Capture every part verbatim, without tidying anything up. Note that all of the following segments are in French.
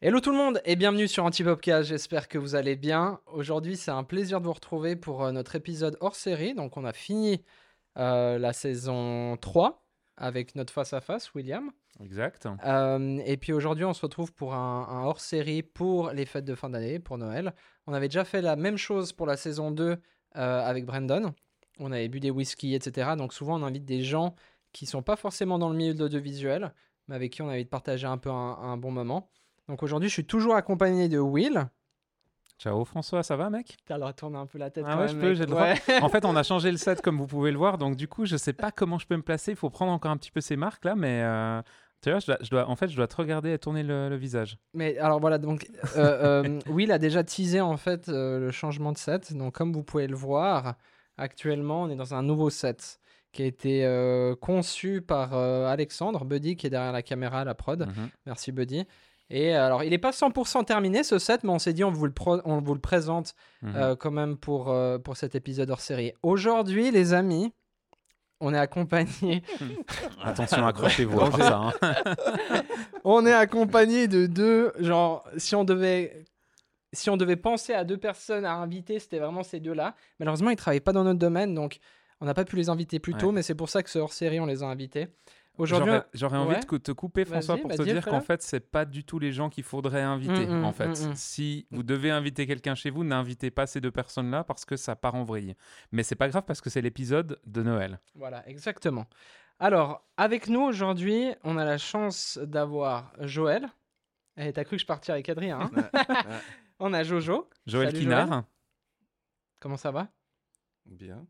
Hello tout le monde et bienvenue sur Antipopcast, j'espère que vous allez bien. Aujourd'hui c'est un plaisir de vous retrouver pour euh, notre épisode hors série. Donc on a fini euh, la saison trois avec notre face-à-face, William. Exact. Euh, et puis aujourd'hui on se retrouve pour un, un hors série pour les fêtes de fin d'année, pour Noël. On avait déjà fait la même chose pour la saison deux euh, avec Brandon. On avait bu des whisky, et cetera. Donc souvent on invite des gens qui sont pas forcément dans le milieu de l'audiovisuel, mais avec qui on a envie de partager un peu un, un bon moment. Donc aujourd'hui, je suis toujours accompagné de Will. Ciao François, ça va mec? T'as le droit de tourner un peu la tête Ah quand ouais, même, je peux, mec. j'ai le Ouais. droit. En fait, on a changé le set comme vous pouvez le voir, donc du coup, je sais pas comment je peux me placer. Il faut prendre encore un petit peu ces marques là, mais euh, tu vois, je dois, je dois- en fait, je dois te regarder et tourner le, le visage. Mais alors voilà, donc euh, euh, Will a déjà teasé en fait euh, le changement de set. Donc comme vous pouvez le voir, actuellement, on est dans un nouveau set qui a été euh, conçu par euh, Alexandre, Buddy, qui est derrière la caméra, la prod. Mhm. Merci Buddy. Et alors, il n'est pas cent pour cent terminé ce set, mais on s'est dit on vous le, pro- on vous le présente Mhm. euh, quand même pour, euh, pour cet épisode hors série. Aujourd'hui, les amis, on est accompagné, Attention, accrochez-vous à ça. Hein. on est accompagné de deux, genre, si on devait, si on devait penser à deux personnes à inviter, c'était vraiment ces deux-là. Malheureusement, ils ne travaillent pas dans notre domaine, donc on n'a pas pu les inviter plus tôt, Ouais. mais c'est pour ça que ce hors série, on les a invités. Aujourd'hui, J'aurais, j'aurais envie ouais. de cou- te couper, François, Vas-y, pour te vas-y, dire fais-le. qu'en fait, c'est pas du tout les gens qu'il faudrait inviter. Mm, mm, en fait, mm, mm. si vous devez inviter quelqu'un chez vous, n'invitez pas ces deux personnes-là parce que ça part en vrille. Mais c'est pas grave parce que c'est l'épisode de Noël. Voilà, exactement. Alors, avec nous aujourd'hui, on a la chance d'avoir Joël. Eh, t'as cru que je partais avec Adrien, hein? Ouais, ouais. On a Jojo. Joël Salut, Kinard. Joël. Comment ça va? Bien.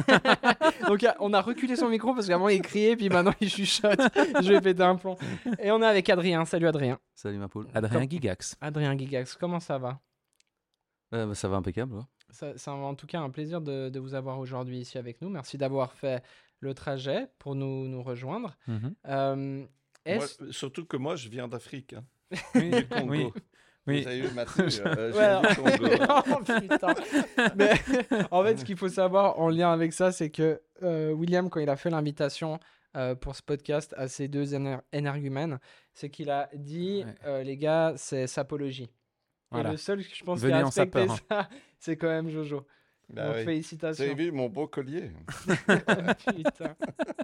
Donc, euh, on a reculé son micro parce qu'avant il criait, puis maintenant il chuchote. Je vais péter un plomb. Et on est avec Adrien. Salut Adrien. Salut ma poule. Adrien Comme- Gigax. Adrien Gigax, comment ça va? Euh, bah, ça va impeccable. Ouais. Ça- C'est en tout cas un plaisir de, de vous avoir aujourd'hui ici avec nous. Merci d'avoir fait le trajet pour nous, nous rejoindre. Mhm. Euh, Moi, est-ce... surtout que moi, je viens d'Afrique. Hein. Oui, Du Congo. oui. Oui. Vous avez vu ma tenue, euh, je Ouais, viens du Congo. oh, putain. Mais en fait, ce qu'il faut savoir en lien avec ça, c'est que euh, William, quand il a fait l'invitation euh, pour ce podcast à ces deux éner- énergumènes, c'est qu'il a dit, Ouais. euh, les gars, c'est sapologie. Voilà. Et le seul que je pense qui Venez a en respecté sapeur, ça, c'est quand même Jojo. Bah Donc oui. Vous félicitations. avez vu mon beau collier? Putain.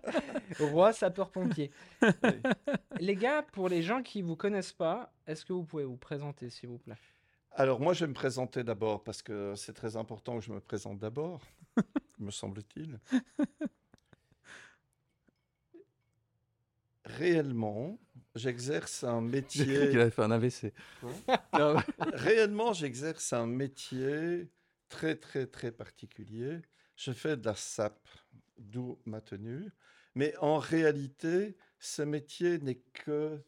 Roi sapeur-pompier. Les gars, pour les gens qui vous connaissent pas, est-ce que vous pouvez vous présenter, s'il vous plaît? Alors moi, je vais me présenter d'abord parce que c'est très important que je me présente d'abord, me semble-t-il. Réellement, j'exerce un J'ai cru qu'il métier. avait fait un A V C. Non, réellement, j'exerce un métier très, très, très particulier. Je fais de la sape, d'où ma tenue. Mais en réalité, ce métier n'est que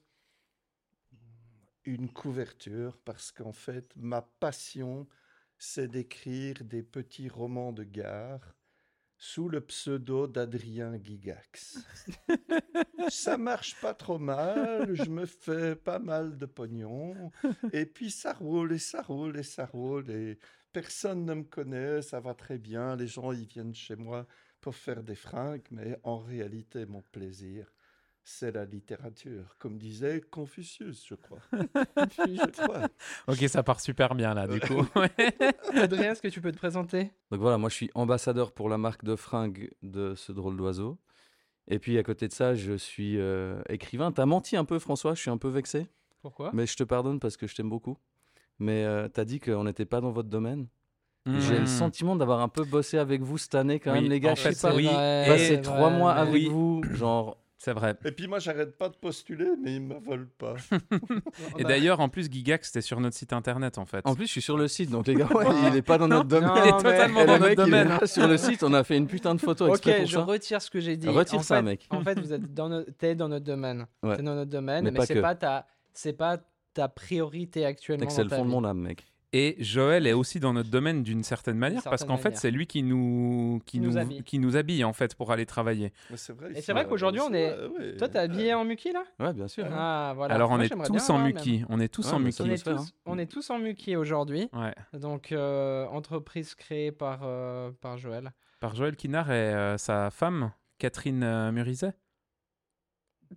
une couverture parce qu'en fait, ma passion, c'est d'écrire des petits romans de gare sous le pseudo d'Adrien Gigax. Ça marche pas trop mal, je me fais pas mal de pognon, et puis ça roule et ça roule et ça roule, et personne ne me connaît, ça va très bien, les gens ils viennent chez moi pour faire des fringues, mais en réalité mon plaisir, c'est la littérature, comme disait Confucius, je crois. Je crois. Ok, ça part super bien là, du coup. Adrien, est-ce que tu peux te présenter? Donc voilà, moi je suis ambassadeur pour la marque de fringues de ce drôle d'oiseau. Et puis à côté de ça, je suis euh, écrivain. T'as menti un peu, François, je suis un peu vexé. Pourquoi? Mais je te pardonne parce que je t'aime beaucoup. Mais euh, t'as dit qu'on n'était pas dans votre domaine. Mmh. J'ai le sentiment d'avoir un peu bossé avec vous cette année quand Oui, même, les gars. en Je fait, sais pas, oui, vrai, passer c'est trois vrai, mois mais- avec oui. vous, genre... C'est vrai. Et puis moi j'arrête pas de postuler, mais ils me veulent pas. On Et a- d'ailleurs, en plus, Gigax, c'était sur notre site internet, en fait. En plus, je suis sur le site, donc les gars, ouais, il est pas dans notre Non, domaine. non, il est mais- totalement Et dans le notre mec, il est domaine. là sur le site, on a fait une putain de photo Ok, exprès pour je ça. retire ce que j'ai dit. Retire En ça, fait- mec. En fait, vous êtes dans no- t'es dans notre domaine. Ouais. T'es dans notre domaine, Mais mais, pas c'est que. pas ta, c'est pas ta priorité actuellement. Mec, c'est dans le ta fond de vie. mon âme, mec. Et Joël est aussi dans notre domaine d'une certaine manière, parce certaine qu'en fait, manière. c'est lui qui nous, qui, Qui nous nous, habille. qui nous habille, en fait, pour aller travailler. Mais c'est vrai. Et ils c'est vrai sont- qu'aujourd'hui, on c'est est- vrai, ouais. Toi, t'es habillé en Muki là? Ouais, bien sûr. Ah voilà. Alors, on Moi, est j'aimerais tous bien en avoir, Muki. même. On est tous Ouais, en mais Muki. ça On doit est, se faire, tous, hein. on est tous en Muki aujourd'hui. Ouais. Donc, euh, entreprise créée par, euh, par Joël. Par Joël Kinard et euh, sa femme, Catherine euh, Murizet.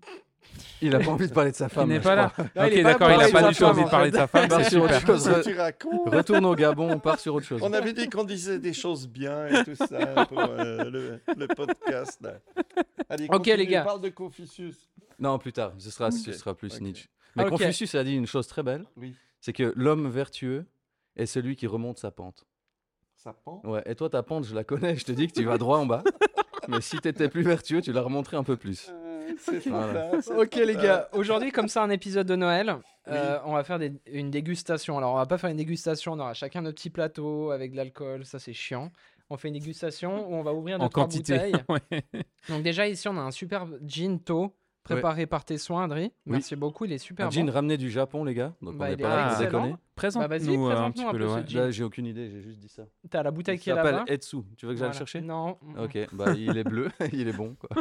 Il a pas envie de parler de sa Il femme. n'est je pas là. crois. Non, il Ok, est pas d'accord, il parlé a de pas sa du tout envie femme, de parler de sa femme. Bah, C'est sur autre super. chose. Qu'est-ce que tu racontes? Retourne au Gabon, on part sur autre chose. On avait dit qu'on disait des choses bien et tout ça pour euh, le, le podcast. Là. Allez, Ok, continue, les gars. Parle de Confucius. Non, plus tard. Ce sera, ce Ok. sera plus Ok. Nietzsche. Mais Ok. Confucius a dit une chose très belle. Oui. C'est que l'homme vertueux est celui qui remonte sa pente. Ça pend. Ouais. Et toi, ta pente, je la connais. Je te dis que tu vas droit en bas. Mais si tu étais plus vertueux, tu la remonterais un peu plus. Euh, c'est Voilà. fantastique, c'est Ok les fantastique. gars, aujourd'hui comme ça un épisode de Noël, euh, on va faire des- une dégustation. Alors on va pas faire une dégustation, on aura chacun notre petit plateau avec de l'alcool, ça c'est chiant. On fait une dégustation où on va ouvrir En deux trois quantité. bouteilles. Ouais. Donc déjà ici on a un super gin to préparé par tes soins Adri. Merci beaucoup, il est super Un gin bon. ramené du Japon, les gars. Donc Bah, on il n'est est pas là pour excellent. déconner. Bah, vas-y, Présente-nous euh, un présente-nous petit un peu peu le. ce ouais. gin. Là, j'ai aucune idée, j'ai juste dit ça. T'as la bouteille Il qui est s'appelle là-bas. Etsu. Tu veux que j'aille Voilà. le chercher? Non. mm, mm. Ok, bah il est bleu, il est bon. Quoi.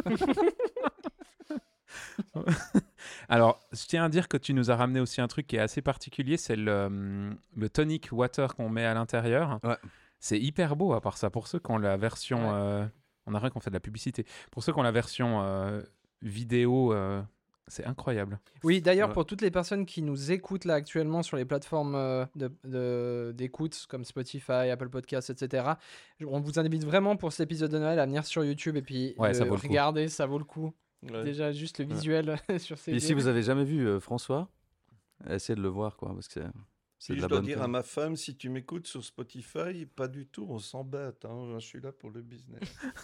Alors, je tiens à dire que tu nous as ramené aussi un truc qui est assez particulier, c'est le, hum, le tonic water qu'on met à l'intérieur. Ouais. C'est hyper beau à part ça. Pour ceux qui ont la version... Ouais. euh, on a rien qu'on fait de la publicité. Pour ceux qui ont la version euh, vidéo, euh, c'est incroyable. Oui, d'ailleurs, Ouais. pour toutes les personnes qui nous écoutent là actuellement sur les plateformes euh, de- de- d'écoute comme Spotify, Apple Podcasts, et cetera, je- on vous invite vraiment pour cet épisode de Noël à venir sur YouTube et puis Ouais, de ça vaut le coup. regarder, ça vaut le coup. Ouais. Déjà, juste le Ouais. visuel sur ces Puis si yeux. vous avez jamais vu euh, François, essayez de le voir, quoi, parce que c'est- c'est Puis de je la dois bonne dire com. à ma femme, si tu m'écoutes sur Spotify, pas du tout, on s'embête. Hein, je suis là pour le business.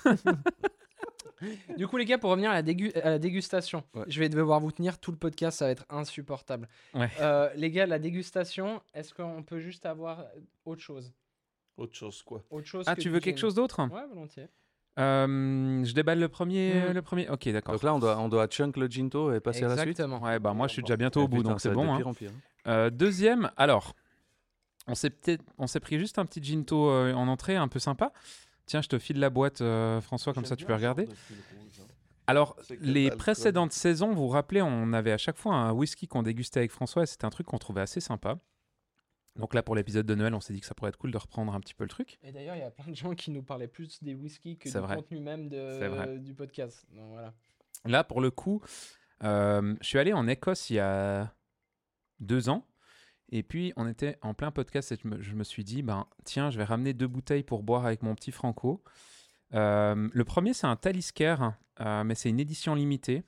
Du coup, les gars, pour revenir à la, dégu- à la dégustation, Ouais. je vais devoir vous tenir tout le podcast, ça va être insupportable. Ouais. Euh, les gars, la dégustation, est-ce qu'on peut juste avoir autre chose Autre chose, quoi. Autre chose Ah, que tu du veux quelque gin. chose d'autre? Ouais, volontiers. Euh, Je déballe le premier, Mm. le premier. Ok, d'accord. Donc là, on doit, on doit chunk le ginto et passer à la suite. Exactement. Ouais, bah moi je suis déjà bientôt Eh au bout, putain, donc ça c'est va être bon. de hein. pire en pire. Euh, deuxième, alors, on s'est peut-être, on s'est pris juste un petit ginto euh, en entrée, un peu sympa. Tiens, je te file la boîte, euh, François, comme ça tu peux regarder. Alors, C'est que les d'alcool. précédentes saisons, vous vous rappelez, on avait à chaque fois un whisky qu'on dégustait avec François et c'était un truc qu'on trouvait assez sympa. Donc là, pour l'épisode de Noël, on s'est dit que ça pourrait être cool de reprendre un petit peu le truc. Et d'ailleurs, il y a plein de gens qui nous parlaient plus des whiskies que C'est du vrai. contenu même C'est vrai. de, du podcast. Donc voilà. Là, pour le coup, euh, je suis allé en Écosse il y a deux ans. Et puis, on était en plein podcast et je me, je me suis dit, ben, tiens, je vais ramener deux bouteilles pour boire avec mon petit Franco. Euh, le premier, c'est un Talisker, euh, mais c'est une édition limitée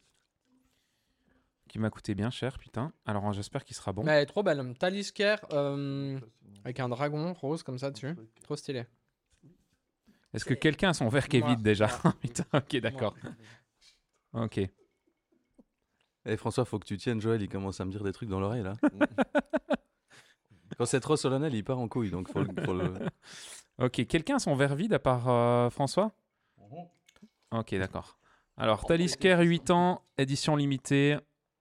qui m'a coûté bien cher, putain. Alors, j'espère qu'il sera bon. Mais elle est trop belle. Talisker euh, avec un dragon rose comme ça dessus. Trop stylé. Est-ce que quelqu'un a son verre qui est Moi, vide déjà? moi. Putain, ok, d'accord. Ok. Eh François, faut que tu tiennes, Joël, il commence à me dire des trucs dans l'oreille là. Quand c'est trop solennel, il part en couille, donc faut, le- faut le... Ok, quelqu'un a son verre vide à part euh, François? Ok, d'accord. Alors, Talisker huit ans, édition limitée.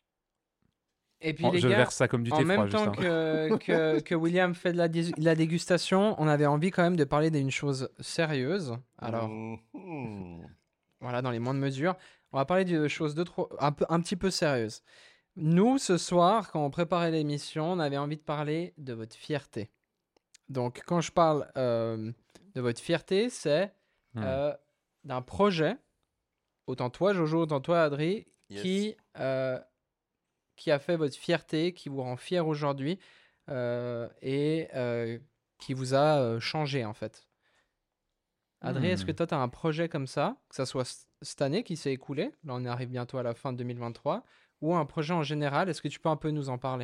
Et puis Oh, les je gars, verse ça comme du thé en froid, même juste. temps hein. que, que, que William fait de la, dé- la dégustation, on avait envie quand même de parler d'une chose sérieuse. Alors, Mhm. voilà, dans les moindres mesures. On va parler de choses de trop, un, peu, un petit peu sérieuses. Nous, ce soir, quand on préparait l'émission, on avait envie de parler de votre fierté. Donc, quand je parle euh, de votre fierté, c'est Hmm. euh, d'un projet, autant toi, Jojo, autant toi, Adri, Yes. qui, euh, qui a fait votre fierté, qui vous rend fier aujourd'hui euh, et euh, qui vous a euh, changé, en fait. Adri, est-ce que Hmm. toi, tu as un projet comme ça, que ça soit c- cette année qui s'est écoulée, là on arrive bientôt à la fin de deux mille vingt-trois, ou un projet en général, est-ce que tu peux un peu nous en parler?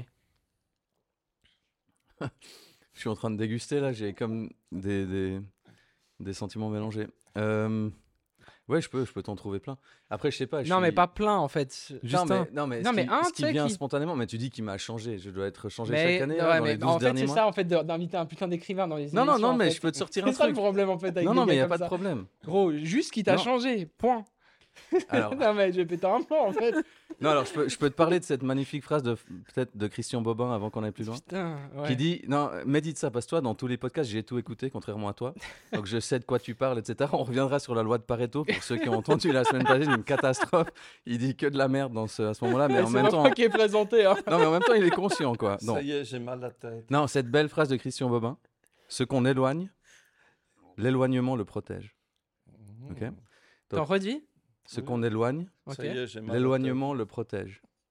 Je suis en train de déguster là, j'ai comme des, des, des sentiments mélangés. Euh, Ouais, je peux, je peux t'en trouver plein. Après, je sais pas. je Non, mais suis- pas plein, en fait. Non, Juste mais, un. non, mais, Non, ce mais qui, un, ce tu qui sais, vient qui- spontanément, mais tu dis qu'il m'a changé. Je dois être changé Mais, chaque année ouais, là, dans mais les douze en fait, derniers c'est mois. ça, en fait, de- d'inviter un putain d'écrivain dans les Non, non, émissions, non, en mais fait. je peux te sortir un C'est ça le truc. problème, en fait, avec Non, des non, mais il gars n'y a pas comme de ça. problème. Gros, juste qui t'a Non. changé, point. Alors, Non, mais je vais péter un plomb, en fait. non, alors je, peux, je peux te parler de cette magnifique phrase de peut-être de Christian Bobin avant qu'on aille plus loin. Putain, ouais. Qui dit non, médite ça, parce que toi, dans tous les podcasts, j'ai tout écouté, contrairement à toi. Donc je sais de quoi tu parles, et cetera. On reviendra sur la loi de Pareto pour ceux qui ont entendu la semaine passée, une catastrophe. Il dit que de la merde dans ce, à ce moment-là, mais Et en c'est même moi temps, qui est présenté, hein. non, mais en même temps, il est conscient, quoi. Non, Ça y est, j'ai mal à la tête. non, cette belle phrase de Christian Bobin, ce qu'on éloigne, l'éloignement le protège. Ok. T'en redis? Ce qu'on éloigne, Ok. Ça y est, j'ai mal à la l'éloignement le protège.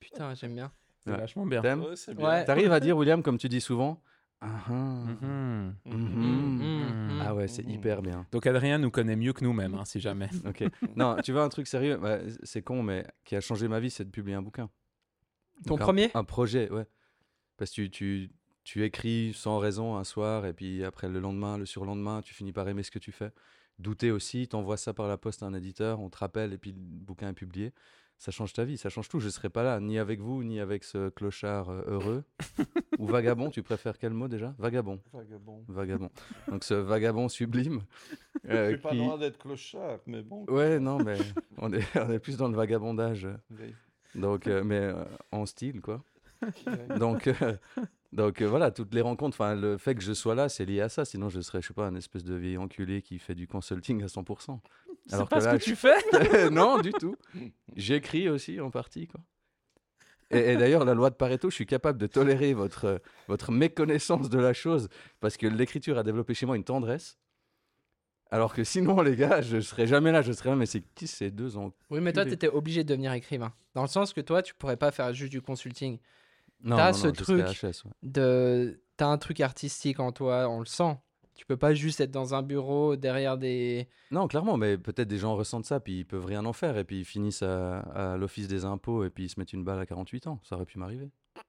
Putain, j'aime bien. C'est Ouais. vachement bien. T'aimes Ouais, c'est bien. Ouais. T'arrives à dire, William, comme tu dis souvent ah, ah, Mhm. mhm. Mm, mm, Ah mm. ouais, c'est Mhm. hyper bien. Donc Adrien nous connaît mieux que nous-mêmes, hein, si jamais. Ok. Non, tu veux un truc sérieux Ouais, c'est con, mais qui a changé ma vie, c'est de publier un bouquin. Ton Donc, un- premier un, projet, ouais. Parce que tu, tu, tu écris sans raison un soir, et puis après le lendemain, le surlendemain, tu finis par aimer ce que tu fais. Douter aussi, t'envoies ça par la poste à un éditeur, on te rappelle, et puis le bouquin est publié. Ça change ta vie, ça change tout. Je ne serais pas là, ni avec vous, ni avec ce clochard euh, heureux. Ou vagabond, tu préfères quel mot déjà Vagabond. Vagabond. Vagabond. Donc ce vagabond sublime. Je euh, suis pas qui- loin d'être clochard, mais bon. Ouais, non, mais on est, on est plus dans le vagabondage. Oui. Donc, euh, mais euh, en style, quoi. Ouais. Donc, euh, donc euh, voilà, toutes les rencontres, enfin, le fait que je sois là, c'est lié à ça. Sinon, je serais, je sais pas, un espèce de vieil enculé qui fait du consulting à cent pour cent. C'est Alors pas que ce là, que tu fais. je- non, du tout. J'écris aussi en partie, quoi. Et, et d'ailleurs, la loi de Pareto, je suis capable de tolérer votre, euh, votre méconnaissance de la chose parce que l'écriture a développé chez moi une tendresse. Alors que sinon, les gars, je serais jamais là. Je serais là, mais c'est qui ces deux ans Oui, mais toi, tu étais obligé de devenir écrivain. Dans le sens que toi, tu pourrais pas faire juste du consulting. Non, T'as non, ce non, je serais truc. H S, ouais. De... T'as un truc artistique en toi, on le sent. Tu peux pas juste être dans un bureau derrière des. Non, clairement, mais peut-être des gens ressentent ça, puis ils peuvent rien en faire, et puis ils finissent à, à l'office des impôts, et puis ils se mettent une balle à quarante-huit ans. Ça aurait pu m'arriver.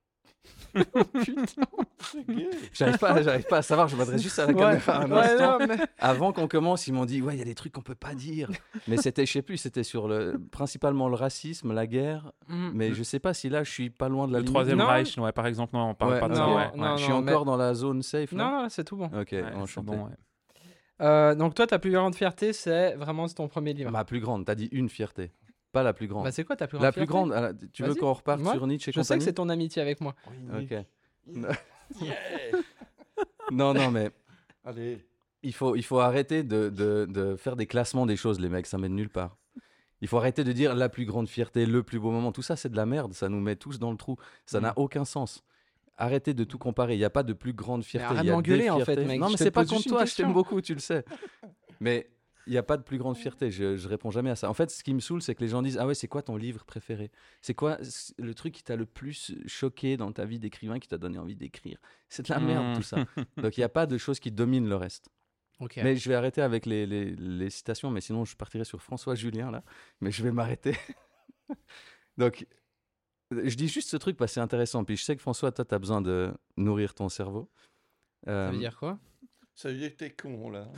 C'est gay. J'arrive pas, j'arrive pas à savoir, je m'adresse juste à la Ouais, caméra un ouais, instant. non, mais- Avant qu'on commence, ils m'ont dit, ouais, il y a des trucs qu'on peut pas dire. Mais c'était, je sais plus, c'était sur le, principalement le racisme, la guerre, Mm. mais je sais pas si là, je suis pas loin de la Le limite. troisième Non. Reich, ouais, par exemple, non, on parle Ouais, pas de non, ça. non, Ouais, non, ouais. Je suis mais- encore dans la zone safe, là. Non, non, c'est tout bon. Ok, Ouais, c'est enchanté. bon, ouais. Euh, donc, toi, ta plus grande fierté, c'est vraiment ton premier livre. Ma plus grande, t'as dit une fierté, pas la plus grande. Bah, c'est quoi ta plus grande la plus fierté grande, ah, tu veux Vas-y. qu'on reparte Moi, sur Nietzsche et Je sais que compagnie c'est ton amitié avec moi. Oui, oui. Ok. Yeah. Non, non, mais Allez. il faut, il faut arrêter de, de, de faire des classements des choses, les mecs, ça mène nulle part. Il faut arrêter de dire la plus grande fierté, le plus beau moment. Tout ça, c'est de la merde. Ça nous met tous dans le trou. Ça Mm. n'a aucun sens. Arrêtez de tout comparer. Il n'y a pas de plus grande fierté. arrête Il y a d'engueuler, des en fait, fiertés. mec. Non, Je mais te c'est pas pose contre juste une toi. Je question. t'aime beaucoup, tu le sais. Mais il n'y a pas de plus grande fierté. Je, je réponds jamais à ça. En fait, ce qui me saoule, c'est que les gens disent ah ouais, c'est quoi ton livre préféré? C'est quoi c- le truc qui t'a le plus choqué dans ta vie d'écrivain, qui t'a donné envie d'écrire? C'est de la merde, Mm. tout ça. Donc il n'y a pas de choses qui dominent le reste. Ok. Mais je vais arrêter avec les, les, les citations, mais sinon je partirai sur François Julien là. Mais je vais m'arrêter. Donc, je dis juste ce truc parce que c'est intéressant. Puis je sais que François, toi, tu as besoin de nourrir ton cerveau. Ça Euh, veut dire quoi? Ça veut dire que t'es con, là.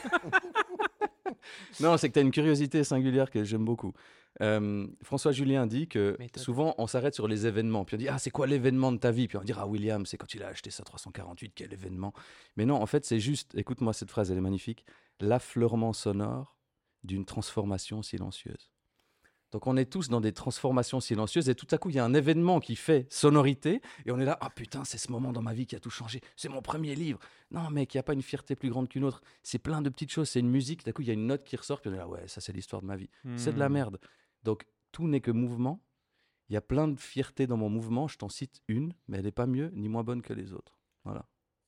Non, c'est que tu as une curiosité singulière que j'aime beaucoup. Euh, François Julien dit que Méthode. souvent on s'arrête sur les événements. Puis on dit ah, c'est quoi l'événement de ta vie? Puis on dit ah, William, c'est quand il a acheté sa trois cent quarante-huit, quel événement? Mais non, en fait, c'est juste, écoute-moi cette phrase, elle est magnifique, l'affleurement sonore d'une transformation silencieuse. Donc on est tous dans des transformations silencieuses et tout à coup il y a un événement qui fait sonorité et on est là, ah putain, c'est ce moment dans ma vie qui a tout changé, c'est mon premier livre. Non mec, il n'y a pas une fierté plus grande qu'une autre, c'est plein de petites choses, c'est une musique, tout à coup il y a une note qui ressort puis on est là, ouais, ça c'est l'histoire de ma vie. C'est de la Hmm. merde. Donc tout n'est que mouvement, il y a plein de fierté dans mon mouvement, je t'en cite une, mais elle n'est pas mieux ni moins bonne que les autres. Voilà.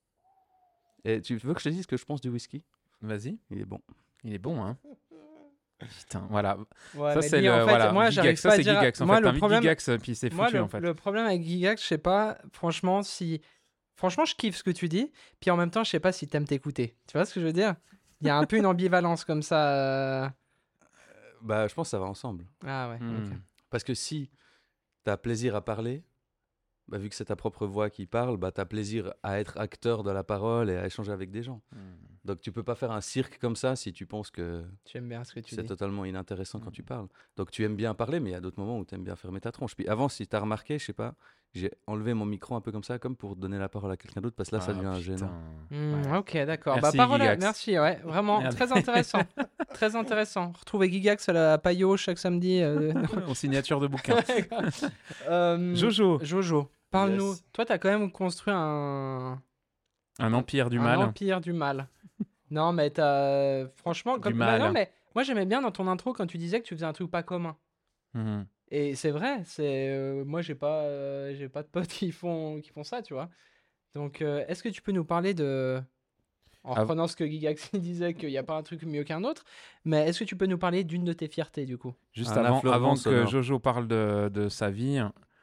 Et tu veux que je te dise ce que je pense du whisky? Vas-y, Il est bon. il est bon, hein. Putain, voilà. Ouais, ça, mais c'est dis, le. en fait, voilà. moi, Gigax, j'arrive ça, pas à c'est dire. Gigax. En Moi, fait, le t'invites problème, Gigax, puis c'est moi, foutu, le, en fait. le problème avec Gigax, je sais pas, franchement, si. Franchement, je kiffe ce que tu dis, puis en même temps, je sais pas si t'aimes t'écouter. Tu vois ce que je veux dire? Il y a un peu une ambivalence comme ça. euh. Bah je pense que ça va ensemble. Ah ouais, Hmm. ok. Parce que si tu as plaisir à parler, bah, vu que c'est ta propre voix qui parle, bah, tu as plaisir à être acteur de la parole et à échanger avec des gens. Hmm. Donc tu peux pas faire un cirque comme ça si tu penses que Tu aimes bien ce que tu c'est dis. totalement inintéressant quand Mhm. tu parles. Donc tu aimes bien parler, mais il y a d'autres moments où tu aimes bien fermer ta tronche. Puis avant, si tu as remarqué, je sais pas, j'ai enlevé mon micro un peu comme ça, comme pour donner la parole à quelqu'un d'autre, parce que là, ça Ah, devient putain. gênant. Hmm, Ouais. Ok, d'accord. Bah, Merci, parole à- Gigax. Merci, ouais, vraiment, Merde. très intéressant. Très intéressant. Retrouvez Gigax à la Payot chaque samedi. euh, En signature de bouquin. euh, Jojo, Jojo, parle-nous. Yes. Toi, t'as quand même construit un, un empire du un mal. empire du mal. Non, mais t'as. Franchement, Du comme... bah mal. non, mais moi, j'aimais bien dans ton intro quand tu disais que tu faisais un truc pas commun. Mhm. Et c'est vrai, c'est euh, moi j'ai pas euh, j'ai pas de potes qui font qui font ça, tu vois. Donc euh, est-ce que tu peux nous parler de en Ah. reprenant ce que Gigax disait qu'il n'y a pas un truc mieux qu'un autre, mais est-ce que tu peux nous parler d'une de tes fiertés du coup? Juste Un avant, affleurement avant que sonore. Jojo parle de, de sa vie,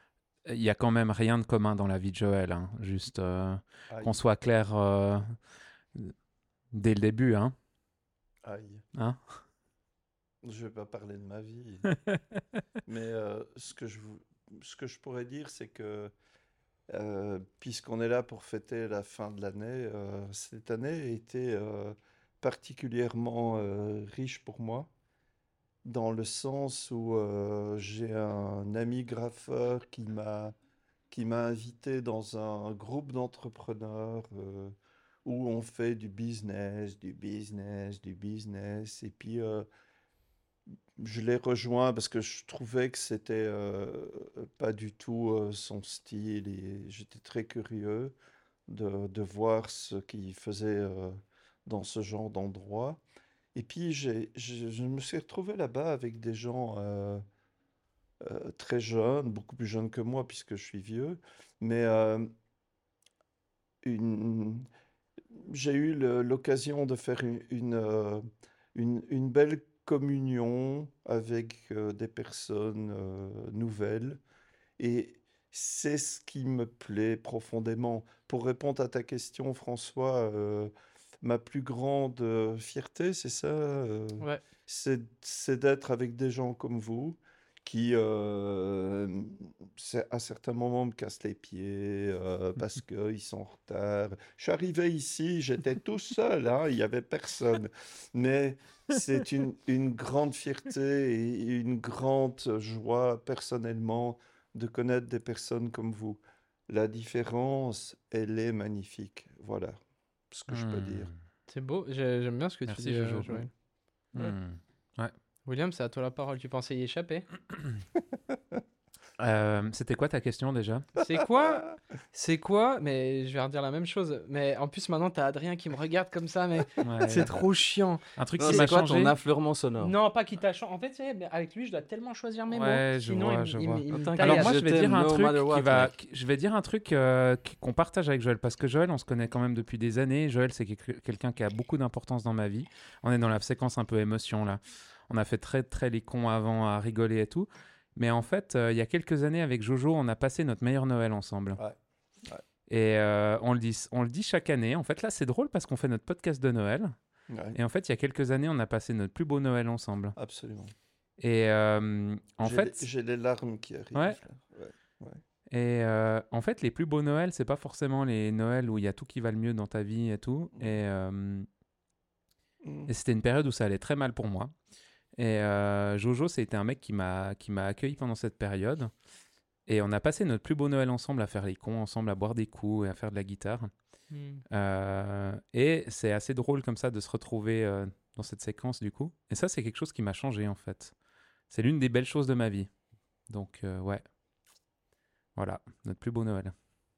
il y a quand même rien de commun dans la vie de Joël. Hein. Juste euh, Aïe, qu'on soit clair euh, dès le début. Hein. aïe. Hein. Je vais pas parler de ma vie. Mais euh, ce que je, vous- ce que je pourrais dire, c'est que euh, puisqu'on est là pour fêter la fin de l'année, euh, cette année a été euh, particulièrement euh, riche pour moi, dans le sens où euh, j'ai un ami graffeur qui m'a qui m'a invité dans un groupe d'entrepreneurs euh, où on fait du business, du business, du business. Et puis, euh, je l'ai rejoint parce que je trouvais que c'était euh, pas du tout euh, son style et j'étais très curieux de, de voir ce qu'il faisait euh, dans ce genre d'endroit. Et puis, j'ai, je, je me suis retrouvé là-bas avec des gens euh, euh, très jeunes, beaucoup plus jeunes que moi puisque je suis vieux, mais euh, une, j'ai eu le- l'occasion de faire une, une, euh, une- une belle communion avec euh, des personnes euh, nouvelles. Et c'est ce qui me plaît profondément. Pour répondre à ta question, François, euh, ma plus grande euh, fierté, c'est ça, euh, Ouais. c'est, c'est d'être avec des gens comme vous qui, euh, c'est- à certains moments, me cassent les pieds euh, parce qu'ils sont en retard. Je suis arrivé ici, j'étais tout seul, hein, il n'y avait personne. Mais c'est une, une grande fierté et une grande joie personnellement de connaître des personnes comme vous. La différence, elle est magnifique. Voilà ce que je peux dire. Hmm. C'est beau, j'ai- j'aime bien ce que tu Merci, dis, euh, Jojo. Joël. Ouais. Hmm. Ouais. William, c'est à toi la parole, tu pensais y échapper. Euh, C'était quoi ta question déjà? C'est quoi C'est quoi Mais je vais redire la même chose. Mais en plus, maintenant, t'as Adrien qui me regarde comme ça, mais Ouais. c'est trop chiant. Un truc Non, qui m'a c'est quoi changé. ton affleurement sonore? Non, pas qu'il t'a changé. En fait, tu sais, mais avec lui, je dois tellement choisir mes Ouais, mots. je Sinon, vois, il, je il, vois. il me Attends, taille Alors à- moi, je je vais t'aime dire un no truc matter what, qui va, mec. qui- je vais dire un truc euh, qui- qu'on partage avec Joël parce que Joël, on se connaît quand même depuis des années. Joël, c'est quel- quelqu'un qui a beaucoup d'importance dans ma vie. On est dans la séquence un peu émotion là. On a fait très très les cons avant à rigoler et tout. Mais en fait, euh, il y a quelques années avec Jojo, on a passé notre meilleur Noël ensemble. Ouais, ouais. Et euh, on le dit, on le dit chaque année. En fait, là, c'est drôle parce qu'on fait notre podcast de Noël. Ouais, Et en fait, il y a quelques années, on a passé notre plus beau Noël ensemble. absolument. Et euh, en J'ai fait, les- j'ai les larmes qui arrivent. Ouais. là. Ouais. Et euh, en fait, les plus beaux Noëls, c'est pas forcément les Noëls où il y a tout qui va le mieux dans ta vie et tout. Mhm. Et, euh, Mm. et c'était une période où ça allait très mal pour moi. Et euh, Jojo, c'était un mec qui m'a qui m'a accueilli pendant cette période. Et on a passé notre plus beau Noël ensemble à faire les cons, ensemble à boire des coups et à faire de la guitare. Hmm. Euh, et c'est assez drôle comme ça de se retrouver euh, dans cette séquence du coup. Et ça, c'est quelque chose qui m'a changé en fait. C'est l'une des belles choses de ma vie. Donc euh, ouais. Voilà, notre plus beau Noël.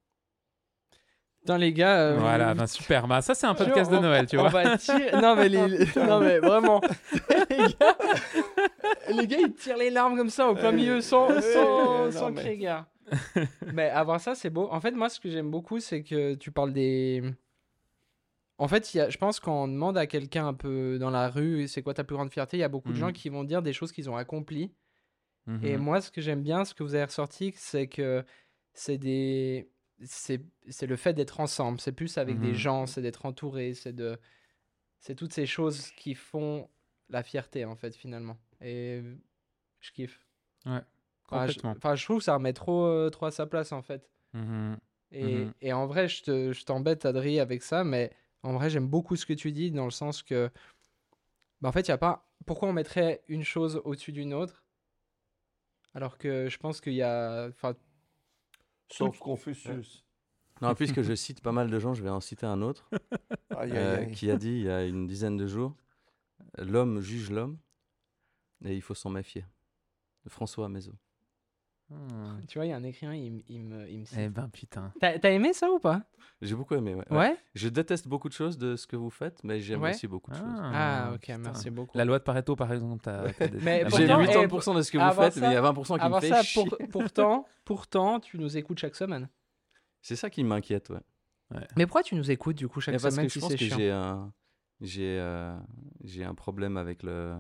Putain, les gars. euh, Voilà, ben super. Bah, ça, c'est un Genre, podcast de on- Noël, tu on vois. va tirer- Non, mais, les... non, mais vraiment. les, gars... les gars, ils tirent les larmes comme ça au plein Ouais, milieu sans, ouais, sans, non, sans mais- crier gare. Mais avoir ça, c'est beau. En fait, moi, ce que j'aime beaucoup, c'est que tu parles des. En fait, il y a... je pense qu'on demande à quelqu'un un peu dans la rue, c'est quoi ta plus grande fierté, il y a beaucoup de gens Mhm. qui vont dire des choses qu'ils ont accomplies. Mhm. Et moi, ce que j'aime bien, ce que vous avez ressorti, c'est que c'est des. C'est c'est le fait d'être ensemble. C'est plus avec des Mhm. gens, c'est d'être entouré, c'est de. C'est toutes ces choses qui font la fierté, en fait, finalement. Et je kiffe. Ouais, Enfin, je, complètement. enfin, je trouve que ça remet trop, euh, trop à sa place, en fait. Mhm. Et, Mhm. et en vrai, je te- je t'embête, Adri, avec ça, mais en vrai, j'aime beaucoup ce que tu dis, dans le sens que. Bah, en fait, il y a pas. Pourquoi on mettrait une chose au-dessus d'une autre? Alors que je pense qu'il y a. Enfin, Sauf Confucius. Non, puisque je cite pas mal de gens, je vais en citer un autre Aïe, aïe, euh, aïe. qui a dit il y a une dizaine de jours l'homme juge l'homme et il faut s'en méfier. De François Mézot. Hmm. tu vois, il y a un écrivain, il, m- il me, il me cite. Eh ben putain. T'as t'as aimé ça ou pas? J'ai beaucoup aimé. Ouais, Ouais, ouais. Je déteste beaucoup de choses de ce que vous faites, mais j'aime Ouais. aussi beaucoup de choses. Ah, ok, putain. merci beaucoup. La loi de Pareto, par exemple, t'as. t'as des- Mais t'as J'ai des- pourtant, huitante eh, pour cent de ce que vous avoir faites, ça- mais il y a vingt pour cent qui me Avoir fait ça, chier. pour- pourtant, pourtant, tu nous écoutes chaque semaine. C'est ça qui m'inquiète, ouais. Mais pourquoi tu nous écoutes, du coup, chaque Mais parce semaine, que si je pense c'est que chiant? j'ai un, j'ai, euh, j'ai un problème avec le,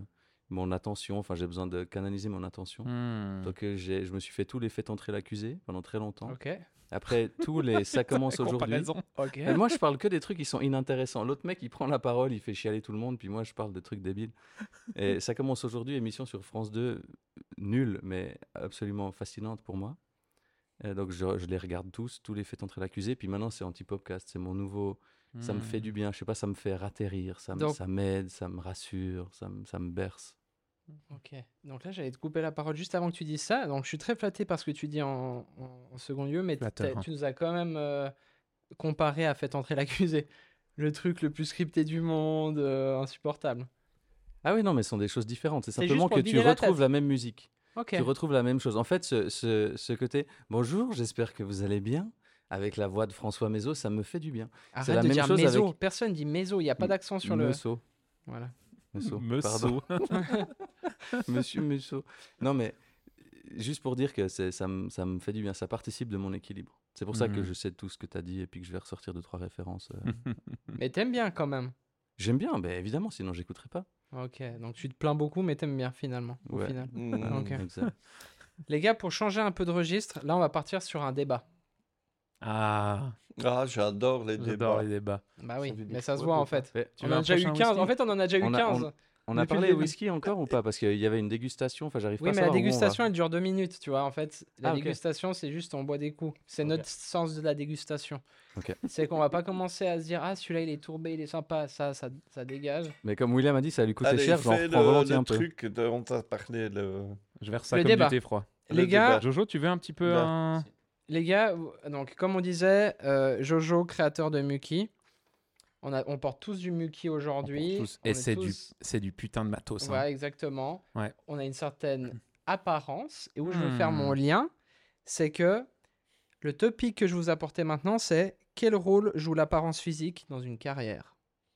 mon attention. Enfin, j'ai besoin de canaliser mon attention. Hmm. Donc, euh, j'ai, je me suis fait tous les Faites entrer l'accusé pendant très longtemps. Ok. Après, tous les Ça commence La aujourd'hui. comparaison. Ok. Et moi, je parle que des trucs qui sont inintéressants. L'autre mec, il prend la parole, il fait chialer tout le monde, puis moi, je parle de trucs débiles. Et Ça commence aujourd'hui, émission sur France deux, nulle, mais absolument fascinante pour moi. Et donc, je, je les regarde tous, tous les Faites entrer l'accusé. Puis maintenant, c'est Antipopcast, c'est mon nouveau. Ça me fait du bien, je sais pas, ça me fait ratterrir, ça, me- Donc- ça m'aide, ça me rassure, ça me, ça me berce. Ok. Donc là, j'allais te couper la parole juste avant que tu dises ça. Donc je suis très flatté par ce que tu dis en, en- en second lieu, mais t- Flatteur, t'as- hein. tu nous as quand même euh, comparé à Faites entrer l'accusé. Le truc le plus scripté du monde, euh, insupportable. Ah oui, non, mais ce sont des choses différentes. C'est C'est simplement juste pour que te tu vider la retrouves tête. la même musique. Ok. Tu retrouves la même chose. En fait, ce, ce, ce côté « Bonjour, j'espère que vous allez bien » avec la voix de François Mézot, ça me fait du bien. Arrête la de même dire chose méso. avec- Personne dit méso. Il n'y a pas d'accent sur le. Meusot. Voilà. Meusot, Meusot. pardon. Monsieur Meusot. Non, mais juste pour dire que c'est- ça, me- ça me fait du bien. Ça participe de mon équilibre. C'est pour ça que Mhm. je sais tout ce que tu as dit et puis que je vais ressortir deux, trois références. euh. Mais t'aimes bien quand même. J'aime bien, ben évidemment, sinon j'écouterais pas. Ok. Donc tu te plains beaucoup, mais t'aimes bien finalement. Au Ouais. final. Mm. Ok. Exact. Les gars, pour changer un peu de registre, là, on va partir sur un débat. Ah, Ah, j'adore les j'adore débats. les débats. Bah oui, Ça veut dire mais ça se quoi, voit en débat fait. Ouais. Tu On veux en a un déjà eu prochain quinze. whisky En fait, on en a déjà eu On a- quinze. On a Depuis parlé le de début. whisky encore ou pas? Parce qu'il y avait une dégustation, enfin j'arrive Oui, pas mais à la savoir où on va. dégustation, elle dure deux minutes, tu vois. En fait, la Ah, ok. dégustation, c'est juste on boit des coups. C'est Ok. notre sens de la dégustation. Ok. C'est qu'on va pas commencer à se dire ah celui-là il est tourbé, il est sympa, ça, ça, ça dégage. Mais comme William a dit, ça lui coûtait Allez, cher, j'en fais reprends le, volontiers le un peu. truc dont on a parlé. Le... Je verse ça Le comme débat. du thé froid. Le Les gars, débat. Jojo, tu veux un petit peu Là. un... les gars, vous- donc comme on disait, euh, Jojo, créateur de Muki, on a, on porte tous du Muki aujourd'hui. Pour tous. On Et est c'est du, tous- c'est du putain de matos. hein. Ouais, exactement. Ouais. On a une certaine apparence. Et où je veux faire Hmm. mon lien, c'est que le topic que je vous apportais maintenant, c'est quel rôle joue l'apparence physique dans une carrière.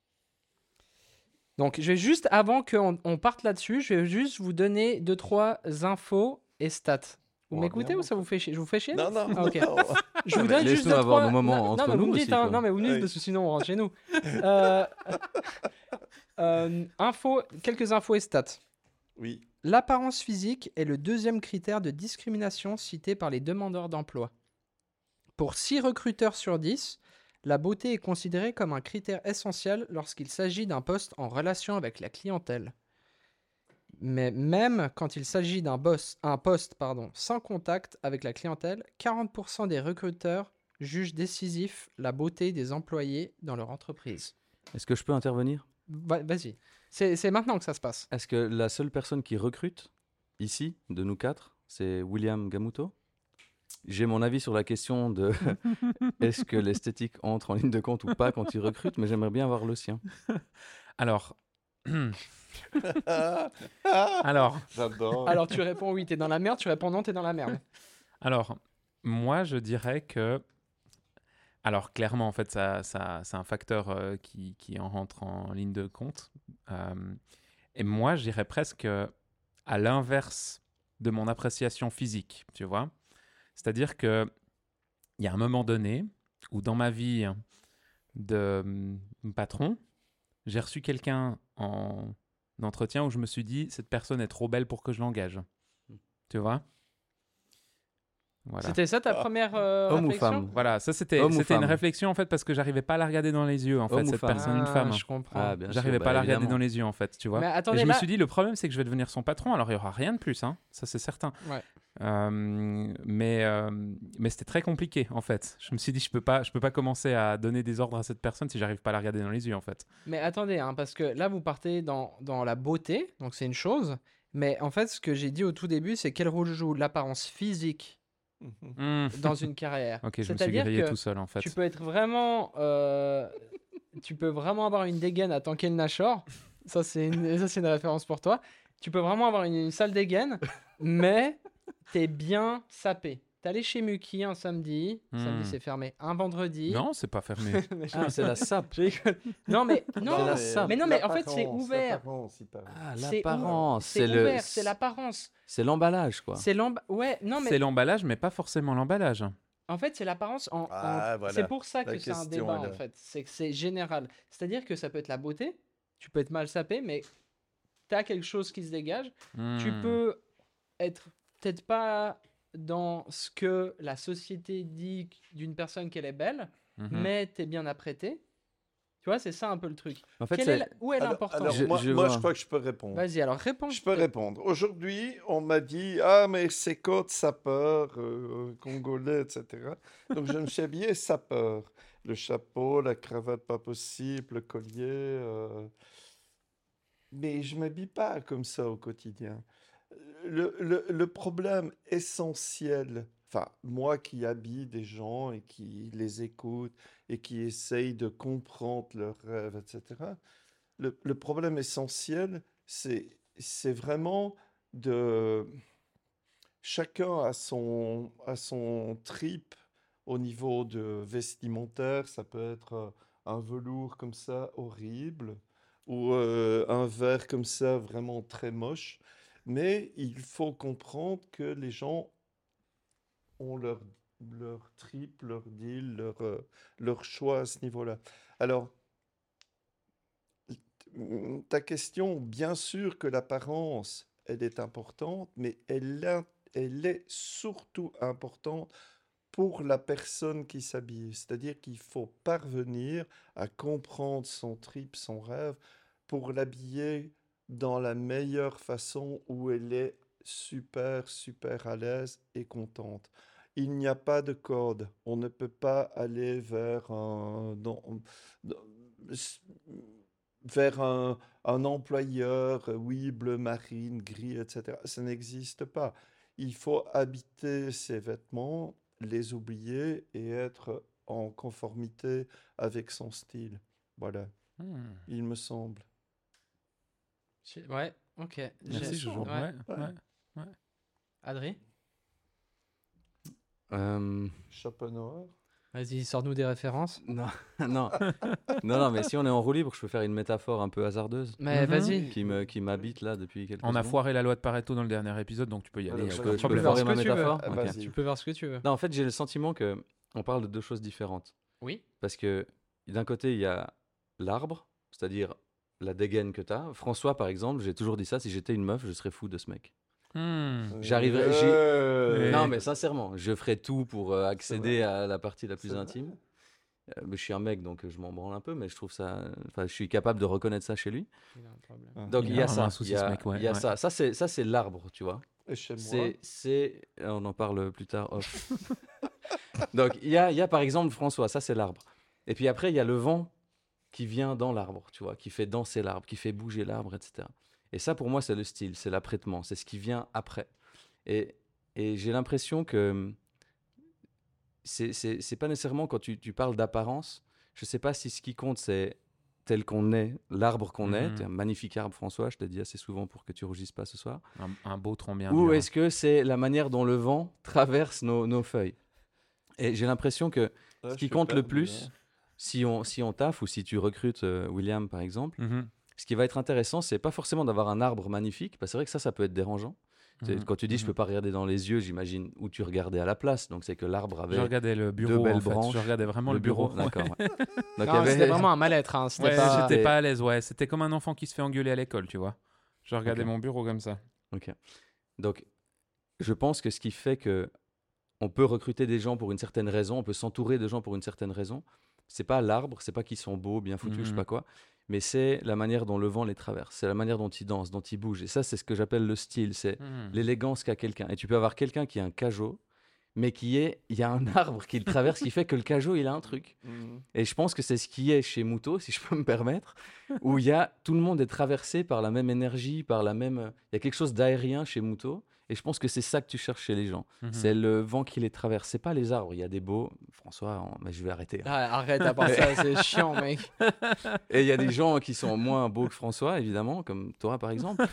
Donc, je vais juste, avant qu'on on parte là-dessus, je vais juste vous donner deux, trois infos et stats. Vous Oh, m'écoutez bien, ou ça vous fait chier? Je vous fais chier? Non, non, Ah, ok. non. Je vous mais donne juste laisse-nous deux, avoir trois... nos moments non, entre non, mais vous nous me dites, aussi, hein, quoi. non, mais vous me dites Oui. parce que sinon on rentre chez nous. Euh, euh, info, quelques infos et stats. Oui. L'apparence physique est le deuxième critère de discrimination cité par les demandeurs d'emploi. Pour six recruteurs sur dix, la beauté est considérée comme un critère essentiel lorsqu'il s'agit d'un poste en relation avec la clientèle. Mais même quand il s'agit d'un boss- un poste pardon, sans contact avec la clientèle, quarante pour cent des recruteurs jugent décisif la beauté des employés dans leur entreprise. Est-ce que je peux intervenir? Va- Vas-y, c'est c'est maintenant que ça se passe. Est-ce que la seule personne qui recrute ici, de nous quatre, c'est William Gamuto? J'ai mon avis sur la question de est-ce que l'esthétique entre en ligne de compte ou pas quand il recrute, mais j'aimerais bien avoir le sien. Alors, Ah, alors, J'adore. Alors tu réponds oui, t'es dans la merde, tu réponds non, t'es dans la merde. alors, moi, je dirais que... Alors, clairement, en fait, ça, ça, c'est un facteur euh, qui, qui en rentre en ligne de compte. Euh, et moi, je dirais presque à l'inverse de mon appréciation physique, tu vois. C'est-à-dire qu'il y a un moment donné où dans ma vie de hum, patron, j'ai reçu quelqu'un en entretien où je me suis dit, cette personne est trop belle pour que je l'engage. Tu vois? Voilà. C'était ça ta Ah. première euh, Homme ou réflexion? femme? Voilà, ça c'était Homme ou c'était une femme? réflexion en fait parce que j'arrivais pas à la regarder dans les yeux en fait Homme ou cette femme? personne une Ah, femme. je comprends. Ah, bien sûr, J'arrivais bah, pas à la regarder évidemment. dans les yeux en fait, tu vois. Mais Et attendez, je me là- suis dit le problème c'est que je vais devenir son patron alors il y aura rien de plus hein, ça c'est certain. Ouais. Euh, mais euh, mais c'était très compliqué en fait. Je me suis dit je peux pas je peux pas commencer à donner des ordres à cette personne si j'arrive pas à la regarder dans les yeux en fait. Mais attendez, hein, parce que là, vous partez dans, dans la beauté, donc c'est une chose. Mais en fait, ce que j'ai dit au tout début, c'est quel rôle joue l'apparence physique Hmm. dans une carrière. Ok, je me suis C'est-à-dire grillé que tout seul en fait. tu peux être vraiment... euh, tu peux vraiment avoir une dégaine à tanker le Nashor. Ça, c'est une, ça, c'est une référence pour toi. Tu peux vraiment avoir une, une sale dégaine, mais t'es bien sapé. T'es allé chez Muki un samedi. Hmm. Samedi, c'est fermé. Un vendredi. Non, c'est pas fermé. Mais je- Ah, c'est la sape. je rigole. Non, mais... Non, C'est la mais- sape. mais non, mais en fait, c'est l'apparence, ouvert. l'apparence, il parle. Ah, C'est l'apparence. C'est le- ouvert, c'est l'apparence. C'est l'emballage, quoi. C'est l'emb... Ouais, non, mais C'est l'emballage mais pas forcément l'emballage. en fait, c'est l'apparence en. en- Ah, voilà. C'est pour ça La que c'est un question débat, est en là. fait. C'est que c'est général. C'est-à-dire que ça peut être la beauté, tu peux être mal sapé, mais tu as quelque chose qui se dégage. Hmm. Tu peux être peut-être pas dans ce que la société dit d'une personne qu'elle est belle, Mhm. mais tu es bien apprêté. Tu vois, c'est ça un peu le truc. En fait, Quelle c'est- est la- Où est Alors, l'importance alors, Je- moi, je moi, vois. je crois que je peux répondre. Vas-y, alors réponds. Je peux répondre. Aujourd'hui, on m'a dit ah mais c'est code sapeur euh, congolais, et cetera. Donc je me suis habillé sapeur, le chapeau, la cravate pas possible, le collier. euh, Mais je m'habille pas comme ça au quotidien. Le, le- le problème essentiel, enfin moi qui habille des gens et qui les écoute et qui essaye de comprendre leurs rêves, et cetera. Le, le problème essentiel, c'est c'est vraiment de chacun a son a son trip au niveau de vestimentaire. Ça peut être euh, un velours comme ça horrible ou euh, un verre comme ça vraiment très moche. Mais il faut comprendre que les gens ont leur leur trip, leur deal, leur euh, leur choix à ce niveau-là. Alors Mm, ta question, bien sûr que l'apparence, elle est importante, mais elle, a- elle est surtout importante pour la personne qui s'habille. C'est-à-dire qu'il faut parvenir à comprendre son trip, son rêve, pour l'habiller dans la meilleure façon où elle est super, super à l'aise et contente. Il n'y a pas de code. On ne peut pas aller vers un, dans- dans- vers un, un employeur, euh, oui, bleu marine, gris, et cetera. Ça n'existe pas. Il faut habiter ses vêtements, les oublier et être en conformité avec son style. Voilà, Hmm. il me semble. J'ai- Ouais, ok. Merci, J'ai- Jojo. Ouais. Ouais, Ouais. ouais. Adri, Euh, Chapeau noir. vas-y, sors-nous des références. Non, non, non, non, mais si on est en roue libre, je peux faire une métaphore un peu hasardeuse Mais Mhm. vas-y. qui me qui m'habite là depuis quelques On a secondes. foiré la loi de Pareto dans le dernier épisode, donc tu peux y aller. Alors, y a je aucun peux- je Je peux problème. faire foirer ce ma que tu veux. métaphore. Ah, Ok. vas-y. Tu peux voir ce que tu veux. Non, en fait, j'ai le sentiment que on parle de deux choses différentes. Oui. Parce que d'un côté, il y a l'arbre, c'est-à-dire la dégaine que tu as. François, par exemple, j'ai toujours dit ça, si j'étais une meuf, je serais fou de ce mec. Hmm. J'arriverai- j'ai- Euh, Et- Non, mais sincèrement, je ferais tout pour euh, accéder vrai. à la partie la plus C'est vrai. intime. Euh, mais je suis un mec, donc euh, je m'en branle un peu, mais je trouve ça... Enfin, je suis capable de reconnaître ça chez lui. Il a un problème. Ah. Donc, Il il y a a vraiment ça. un souci, Il y a, ce mec, ouais, il y a ouais. ça. Ça, c'est, ça, c'est l'arbre, tu vois. Et chez moi, C'est, c'est... On en parle plus tard. off. Donc, il y a, il y a par exemple François, ça c'est l'arbre. Et puis après, il y a le vent qui vient dans l'arbre, tu vois, qui fait danser l'arbre, qui fait bouger l'arbre, et cetera. Et ça, pour moi, c'est le style, c'est l'apprêtement, c'est ce qui vient après. Et, et j'ai l'impression que c'est, c'est, c'est pas nécessairement quand tu, tu parles d'apparence, je sais pas si ce qui compte, c'est tel qu'on est, l'arbre qu'on est. Mhm. T'es un magnifique arbre, François, je te dis assez souvent pour que tu rougisses pas ce soir. Un, un beau tronc bien Ou dur. est-ce que c'est la manière dont le vent traverse nos, nos feuilles? Et j'ai l'impression que là, ce je qui suis compte le perdu, plus, hein. si on, si on taffe ou si tu recrutes euh, William, par exemple, Mhm. ce qui va être intéressant, c'est pas forcément d'avoir un arbre magnifique, parce que c'est vrai que ça, ça peut être dérangeant. C'est- Mhm. Quand tu dis je Mhm. peux pas regarder dans les yeux, j'imagine où tu regardais à la place. Donc c'est que l'arbre avait Je regardais le bureau, belles en fait. branches, Je regardais vraiment le, bureau. ouais. D'accord. ouais. Donc, il y Non, avait- c'était vraiment un mal-être. Hein. C'était Ouais, pas... j'étais Et- pas à l'aise, ouais. C'était comme un enfant qui se fait engueuler à l'école, tu vois. Je regardais Ok. mon bureau comme ça. Ok. Donc, je pense que ce qui fait que on peut recruter des gens pour une certaine raison, on peut s'entourer de gens pour une certaine raison, c'est pas l'arbre, c'est pas qu'ils sont beaux, bien foutus, je sais Mhm. pas quoi, mais c'est la manière dont le vent les traverse, c'est la manière dont ils dansent, dont ils bougent. Et ça, c'est ce que j'appelle le style, c'est Mhm. l'élégance qu'a quelqu'un. Et tu peux avoir quelqu'un qui a un cajot, mais qui est, il y a un arbre qui le traverse, qui fait que le cajot, il a un truc. Mhm. Et je pense que c'est ce qui est chez Moutot, si je peux me permettre, où il y a tout le monde est traversé par la même énergie, par la même. Il y a quelque chose d'aérien chez Moutot. Et je pense que c'est ça que tu cherches chez les gens. Mhm. C'est le vent qui les traverse. C'est pas les arbres. Il y a des beaux. François, on- mais je vais arrêter. hein. Ah, arrête à part ça, c'est chiant, mec. Et il y a des gens qui sont moins beaux que François, évidemment, comme toi par exemple.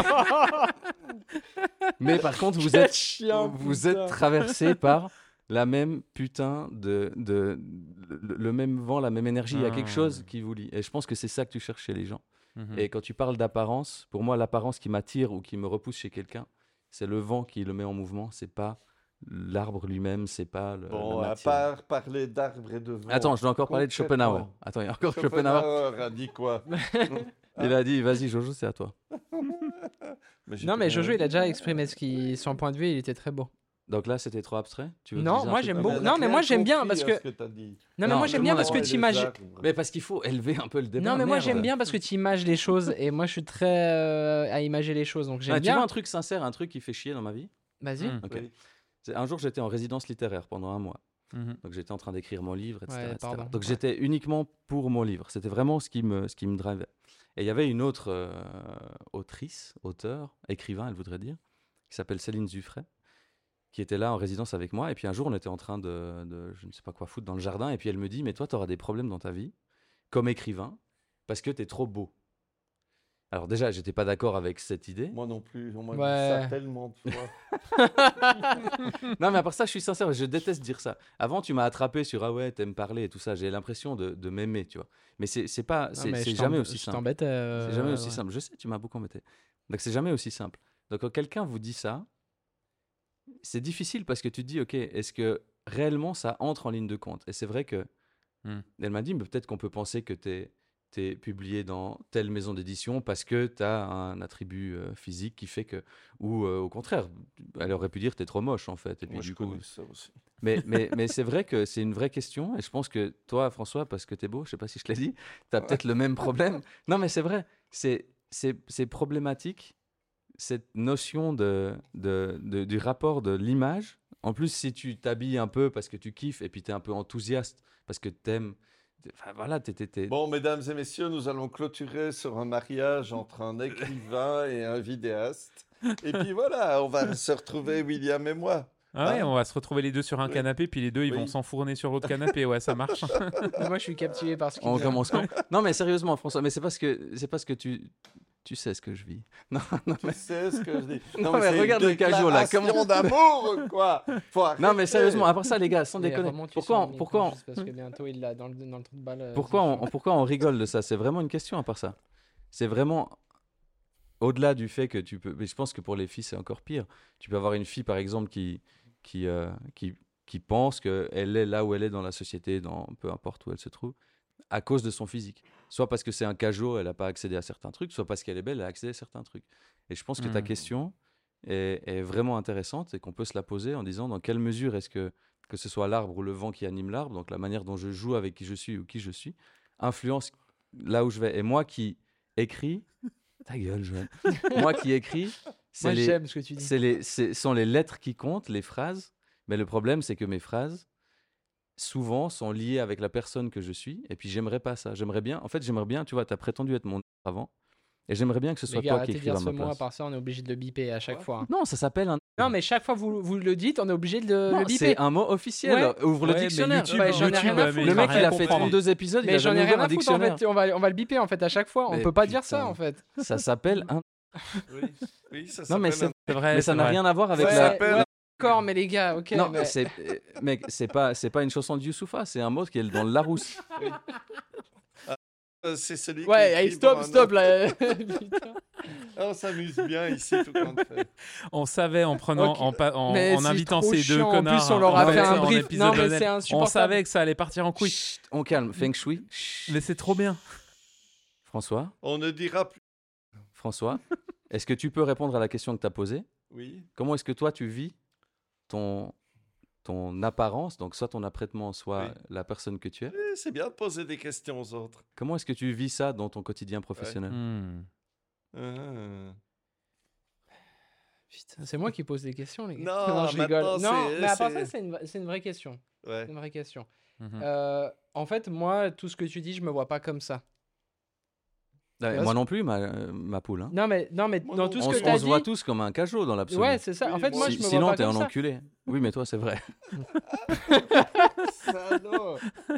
Mais par contre, vous Quel êtes, chien, vous putain. êtes traversé par la même putain de, de, le, le même vent, la même énergie. Il y a quelque Ah. chose qui vous lie. Et je pense que c'est ça que tu cherches chez les gens. Mhm. Et quand tu parles d'apparence, pour moi, l'apparence qui m'attire ou qui me repousse chez quelqu'un, c'est le vent qui le met en mouvement. C'est pas l'arbre lui-même, c'est pas le, Bon, la à matière. part parler d'arbres et de vent. Attends, je dois encore parler de Schopenhauer. concrètement, Attends, il y a encore Schopenhauer. Schopenhauer a dit quoi? Il a dit, vas-y Jojo, c'est à toi. Mais j'ai Non, mais rien Jojo, il a dit. déjà exprimé ce qui, son point de vue, il était très beau. Donc là, c'était trop abstrait. Tu veux que Non, je dise un moi, truc j'aime comme beaucoup- ça Elle a non, mais rien moi, j'aime bien compris parce à que- ce que t'as dit. Non, mais Non, moi, tout j'aime le bien monde parce que a tu images. Mais parce qu'il faut élever un peu le débat. Non, mais moi, merde. j'aime bien parce que tu images les choses et moi, je suis très euh, à imager les choses. Donc, j'aime Ah, tu bien. vois un truc sincère, un truc qui fait chier dans ma vie. Vas-y. Mm. Ok. Oui. C'est- Un jour, j'étais en résidence littéraire pendant un mois. Mhm. Donc j'étais en train d'écrire mon livre, et cetera Ouais, et cetera. pardon. Donc Ouais. j'étais uniquement pour mon livre. C'était vraiment ce qui me, ce qui me drivait. Et il y avait une autre euh, autrice, auteur, écrivain, elle voudrait dire, qui s'appelle Céline Zuffray, qui était là en résidence avec moi. Et puis un jour, on était en train de, de je ne sais pas quoi foutre dans le jardin. Et puis elle me dit, mais toi, tu auras des problèmes dans ta vie, comme écrivain, parce que tu es trop beau. Alors déjà, j'étais pas d'accord avec cette idée. Moi non plus, on m'a Ouais. dit ça tellement de fois. Non, mais à part ça, je suis sincère, je déteste dire ça. Avant, tu m'as attrapé sur ah ouais, t'aimes parler et tout ça. J'ai l'impression de, de m'aimer, tu vois. Mais c'est c'est pas, Non, c'est mais c'est je jamais t'emb- aussi je simple. t'embête. euh, C'est jamais aussi ouais. simple. Je sais, tu m'as beaucoup embêté. Donc c'est jamais aussi simple. Donc quand quelqu'un vous dit ça, c'est difficile parce que tu te dis ok, est-ce que réellement ça entre en ligne de compte? Et c'est vrai que Hmm. elle m'a dit, mais peut-être qu'on peut penser que t'es es publié dans telle maison d'édition parce que tu as un attribut euh, physique qui fait que, ou euh, au contraire, elle aurait pu dire t'es trop moche en fait. Et puis Moi, je du coup, connais ça aussi. mais, mais, mais c'est vrai que c'est une vraie question. Et je pense que toi, François, parce que tu es beau, je sais pas si je te l'ai dit, tu as Ouais. peut-être le même problème. Non, mais c'est vrai. C'est c'est- c'est problématique, cette notion de, de, de- du rapport de l'image. En plus, si tu t'habilles un peu parce que tu kiffes et puis tu es un peu enthousiaste parce que tu aimes. Enfin, voilà, t'es- t'es- t'es- Bon, mesdames et messieurs, nous allons clôturer sur un mariage entre un écrivain et un vidéaste. Et puis voilà, on va se retrouver, William et moi. Ah ouais, Hein on va se retrouver les deux sur un Oui. canapé, puis les deux, ils Oui. vont s'enfourner sur l'autre canapé. Ouais, ça marche. Mais moi, je suis captivé par ce qu'il On dit. commence quand Non, mais sérieusement, François, mais c'est parce que c'est parce que tu tu sais ce que je vis. Non, non, Tu sais ce que je dis. Non, mais c'est regarde une le cajot, là, déclaration d'amour, quoi. Faut non, mais arrêter. sérieusement, après ça, les gars, sans Mais déconner, remonte-lui pourquoi, sur on, le micro, pourquoi, on, juste parce que bientôt, il l'a dans le, dans le trou de balle. euh, pourquoi, c'est on, chaud. pourquoi on rigole de ça? C'est vraiment une question à part ça. C'est vraiment au-delà du fait que tu peux. Mais je pense que pour les filles, c'est encore pire. Tu peux avoir une fille, par exemple, qui, qui, euh, qui, qui pense qu'elle est là où elle est dans la société, dans peu importe où elle se trouve, à cause de son physique. Soit parce que c'est un cajot, elle n'a pas accédé à certains trucs, soit parce qu'elle est belle, elle a accédé à certains trucs. Et je pense que ta Hmm. question est, est vraiment intéressante et qu'on peut se la poser en disant dans quelle mesure est-ce que, que ce soit l'arbre ou le vent qui anime l'arbre, donc la manière dont je joue avec qui je suis ou qui je suis, influence là où je vais. Et moi qui écris, ta gueule, Joël, moi qui écris, c'est Moi, les, j'aime ce que tu dis. c'est les, c'est- sont les lettres qui comptent, les phrases. Mais le problème, c'est que mes phrases, souvent, sont liées avec la personne que je suis. Et puis, j'aimerais pas ça. J'aimerais bien, en fait, j'aimerais bien, tu vois, tu as prétendu être mon avant. Et j'aimerais bien que ce Les soit gars, toi qui arrêtez de écrives dire à ce ma mot, à place. part ça, on est obligé de le biper à chaque Quoi fois. hein. Non, ça s'appelle un. Non, mais chaque fois que vous, vous le dites, on est obligé de le, Non, le biper. c'est un mot officiel. Ouais. Ouvre Ouais, le mais dictionnaire. YouTube, Bah, j'en ai rien à YouTube, foutre. mais Le il va mec, il rien a fait comprendre. trente-deux épisodes, il Mais a j'en ai jamais rien ouvert à un foutre en dictionnaire. fait. On va, on va le biper en fait à chaque fois. On Mais peut pas dire ça putain. en fait. Ça s'appelle un. Oui, oui, ça Non, mais s'appelle c'est- C'est vrai. Mais ça c'est n'a vrai. rien à voir avec Ouais, la. s'appelle- ouais, d'accord, mais les gars, ok. Non, mais... c'est euh, mec, c'est pas c'est pas une chanson de Youssoufa, c'est un mot qui est dans le Larousse. un- c'est celui qui Ouais, écrit allez, stop, pour un stop autre. là. Putain. Ah, on s'amuse bien ici, tout compte fait. On savait en prenant, Ok. en, pa- en, Mais en c'est invitant trop ces deux chiant. En connards. plus, on leur a en fait un en brief. épisode Non, mais Lionel. c'est On insupportable. savait que ça allait partir en couille. Chut, on calme, Feng Shui. Chut. Mais c'est trop bien. François, On ne dira plus. François, est-ce que tu peux répondre à la question que tu as posée? Oui. Comment est-ce que toi tu vis ton ton apparence, donc soit ton apprêtement, soit Oui. la personne que tu es? Eh, c'est bien de poser des questions aux autres. Comment est-ce que tu vis ça dans ton quotidien professionnel? Hmm. Ah. Putain, c'est moi qui pose des questions, les gars. Non, je rigole. maintenant, Non, c'est- mais à part c'est- ça, c'est une, c'est une vraie question. Ouais. C'est une vraie question. Mhm. Euh, en fait, moi, tout ce que tu dis, je me vois pas comme ça. Ouais, Parce- moi non plus, ma, euh, ma poule. hein. Non, mais, non, mais Moi dans non tout On, ce s- que on tu as se voit dit. tous comme un cajot dans l'absolu. Ouais, c'est ça. Oui, en fait, moi moi, aussi. je me Sinon, vois pas t'es comme un ça. enculé. Oui, mais toi, c'est vrai. Salaud.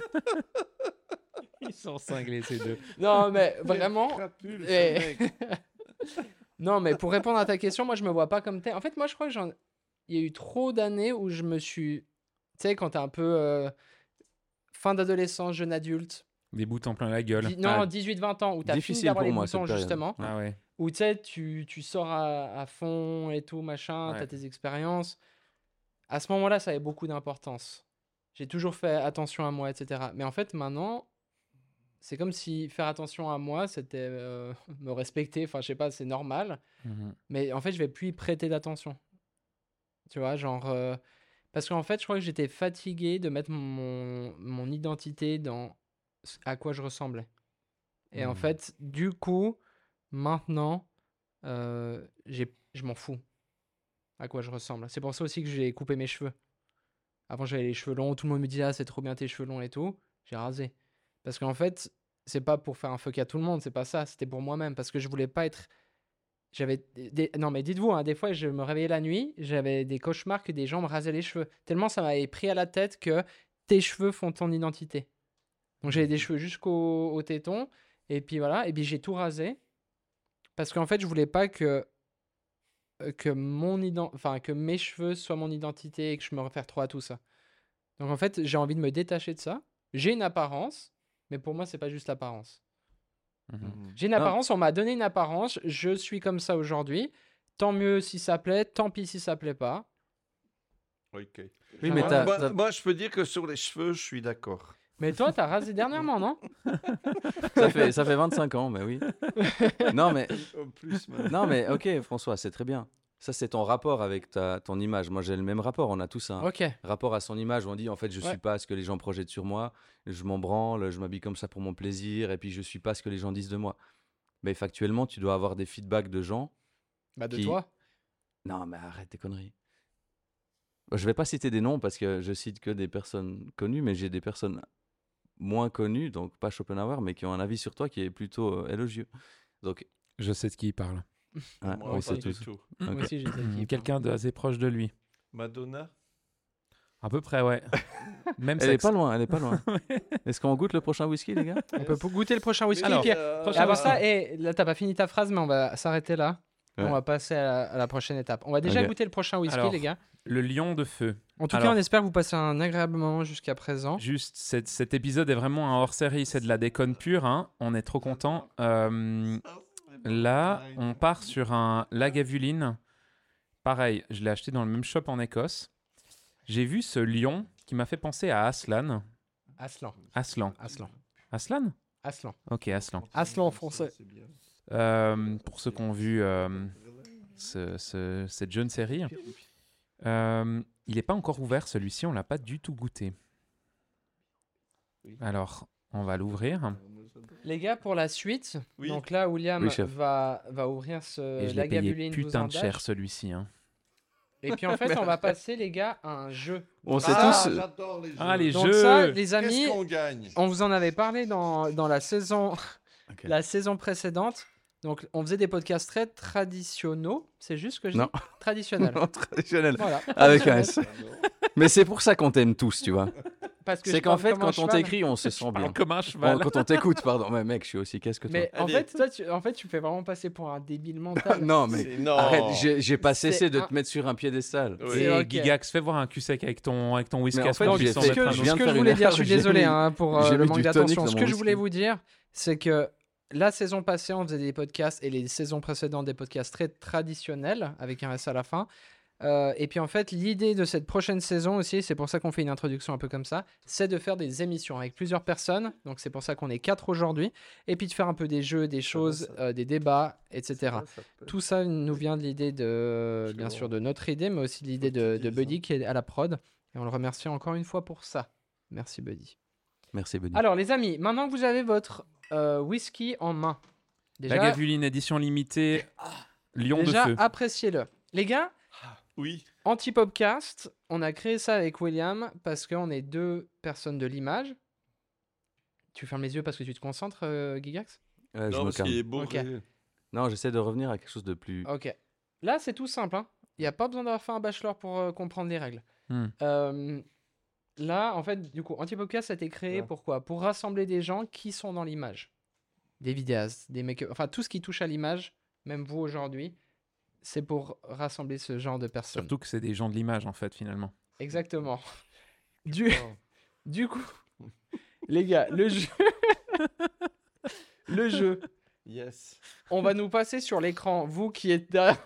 Ils sont cinglés ces deux. Non, mais vraiment. Crapule, ce Eh. mec. Non, mais pour répondre à ta question, moi, je me vois pas comme tel. En fait, moi, je crois que j'en... il y a eu trop d'années où je me suis. Tu sais, quand t'es un peu euh, fin d'adolescence, jeune adulte. Des boutons plein la gueule. Dix- non, dix-huit vingt ans, où t'as fini Difficile d'avoir pour les moi, cette boutons, période. justement. Ah ouais. Où tu sais, tu, tu sors à, à fond et tout, machin, Ouais. t'as tes expériences. À ce moment-là, ça avait beaucoup d'importance. J'ai toujours fait attention à moi, et cetera. Mais en fait, maintenant, c'est comme si faire attention à moi, c'était euh, me respecter. Enfin, je sais pas, c'est normal. Mhm. Mais en fait, je vais plus y prêter d'attention. Tu vois, genre... euh, Parce qu'en fait, je crois que j'étais fatigué de mettre mon, mon identité dans ce- à quoi je ressemblais. Et en Mhm. fait, du coup, maintenant, euh, j'ai, je m'en fous à quoi je ressemble. C'est pour ça aussi que j'ai coupé mes cheveux. Avant, j'avais les cheveux longs. Tout le monde me disait, ah, c'est trop bien tes cheveux longs et tout. J'ai rasé. Parce qu'en fait, c'est pas pour faire un fuck à tout le monde, c'est pas ça. C'était pour moi-même. Parce que je voulais pas être. J'avais des... des- Non, mais dites-vous, hein, des fois, je me réveillais la nuit, j'avais des cauchemars que des gens me rasaient les cheveux. Tellement ça m'avait pris à la tête que tes cheveux font ton identité. Donc j'avais des cheveux jusqu'au au téton. Et puis voilà. Et puis j'ai tout rasé. Parce qu'en fait, je voulais pas que. euh, Que, mon ident... enfin, que mes cheveux soient mon identité et que je me réfère trop à tout ça. Donc en fait, j'ai envie de me détacher de ça. J'ai une apparence, mais pour moi, c'est pas juste l'apparence. Mhm. Mhm. J'ai une Non. apparence, on m'a donné une apparence, je suis comme ça aujourd'hui. Tant mieux si ça plaît, tant pis si ça plaît pas. Ok. Oui, mais Ah, t'as- moi, t'as- moi, je peux dire que sur les cheveux, je suis d'accord. Mais toi, t'as rasé dernièrement, non? ça, fait, ça fait vingt-cinq ans, mais oui. Non, mais, En plus, man. non, mais ok, François, c'est très bien. Ça, c'est ton rapport avec ta, ton image. Moi, j'ai le même rapport. On a tous un Ok. rapport à son image où on dit, en fait, je Ouais. suis pas ce que les gens projettent sur moi. Je m'en branle, je m'habille comme ça pour mon plaisir. Et puis, je suis pas ce que les gens disent de moi. Mais factuellement, tu dois avoir des feedbacks de gens. Bah de Qui- toi. Non, mais arrête tes conneries. Je vais pas citer des noms parce que je cite que des personnes connues, mais j'ai des personnes moins connues, donc pas Schopenhauer, mais qui ont un avis sur toi qui est plutôt euh, élogieux. Donc, Je sais de qui il parle. ouais, Moi, on pas sait du tous. tout. Moi Ok. aussi, j'ai cette équipe. Quelqu'un d'assez proche de lui. Madonna. À peu près, ouais. Même Elle est sexe. pas loin, elle est pas loin. Est-ce qu'on goûte le prochain whisky, les gars? On peut goûter le prochain whisky. Alors, puis- prochain avant whisky. ça, et là, t'as pas fini ta phrase, mais on va s'arrêter là. Ouais. On va passer à la, à la prochaine étape. On va déjà Ok. goûter le prochain whisky, Alors, les gars. Le lion de feu. En tout alors- cas, on espère que vous passez un agréable moment jusqu'à présent. Juste, cet, cet épisode est vraiment un hors-série, c'est de la déconne pure. Hein. On est trop content. Euh, là, on part sur un Lagavulin. Pareil, je l'ai acheté dans le même shop en Écosse. J'ai vu ce lion qui m'a fait penser à Aslan. Aslan. Aslan. Aslan. Aslan Aslan. Ok, Aslan. Aslan en français. C'est bien. Euh, pour ceux qui ont vu euh, ce- ce- cette jeune série, euh, il n'est pas encore ouvert celui-ci, on l'a pas du tout goûté. Oui. Alors, on va l'ouvrir. Les gars, pour la suite, Oui. donc là, William Oui, chef. va, va ouvrir ce Et je l'ai payé Lagavulin putain de douze ans cher d'âge. celui-ci. Hein. Et puis en fait, on va passer, les gars, à un jeu. On sait Ah, tous. j'adore les jeux. Ah, les Donc jeux ça, les amis, Qu'est-ce qu'on gagne? on vous en avait parlé dans, dans la, saison, Ok. la saison précédente. Donc, on faisait des podcasts très traditionnels. C'est juste ce que je Non. dis Traditionnels. Non, traditionnel. Voilà. Avec un S. traditionnels. Mais c'est pour ça qu'on t'aime tous, tu vois. Parce que C'est je qu'en parle fait, comme un quand on cheval. t'écrit, on se sent bien. Parle comme un Bon, cheval. quand on t'écoute, pardon. Mais mec, je suis aussi qu'est-ce que toi. Mais en Allez. fait, toi, tu, en fait, tu me fais vraiment passer pour un débile mental. Non, mais C'est- non. arrête, j'ai j'ai pas C'est cessé de un- te mettre sur un piédestal. Oui. Et C'est ok. Gigax, fais voir un cul sec avec ton, avec ton whisky Mais en à fait, sport, j'ai puis sans fait- Ce que, mettre un je ce viens que de je faire voulais une dire, je suis erreur, j'ai désolé mis- hein, pour euh, j'ai le mis manque du d'attention. tonic Ce dans que mon je voulais whisky. vous dire, c'est que la saison passée, on faisait des podcasts et les saisons précédentes des podcasts très traditionnels avec un S à la fin. Euh, et puis en fait, l'idée de cette prochaine saison aussi, c'est pour ça qu'on fait une introduction un peu comme ça, c'est de faire des émissions avec plusieurs personnes. Donc c'est pour ça qu'on est quatre aujourd'hui. Et puis de faire un peu des jeux, des choses, ça. euh, des débats, et cetera. Ça, ça peut- Tout ça nous vient de l'idée de, Je bien sais sûr, pas. de notre idée, mais aussi de l'idée Faut que de, tu de dises, Buddy hein. qui est à la prod. Et on le remercie encore une fois pour ça. Merci Buddy. Merci, Buddy. Alors les amis, maintenant que vous avez votre euh, whisky en main, déjà, Lagavulin édition limitée, lion déjà de feu. appréciez-le. Les gars, Oui. Anti-Popcast, on a créé ça avec William parce qu'on est deux personnes de l'image. Tu fermes les yeux parce que tu te concentres, euh, Gigax? Ouais, je Non, me parce qu'il calme. est beau. Ok. Non, j'essaie de revenir à quelque chose de plus. Ok. Là, c'est tout simple. hein. Il n'y a pas besoin d'avoir fait un bachelor pour euh, comprendre les règles. Hmm. Euh, là, en fait, du coup, Anti-Podcast a été créé Ouais. pourquoi? Pour rassembler des gens qui sont dans l'image. Des vidéastes, des make enfin tout ce qui touche à l'image, même vous aujourd'hui, c'est pour rassembler ce genre de personnes. Surtout que c'est des gens de l'image, en fait, finalement. Exactement. Du, Oh. du coup, les gars, le jeu, le jeu, Yes. on va nous passer sur l'écran, vous qui êtes derrière,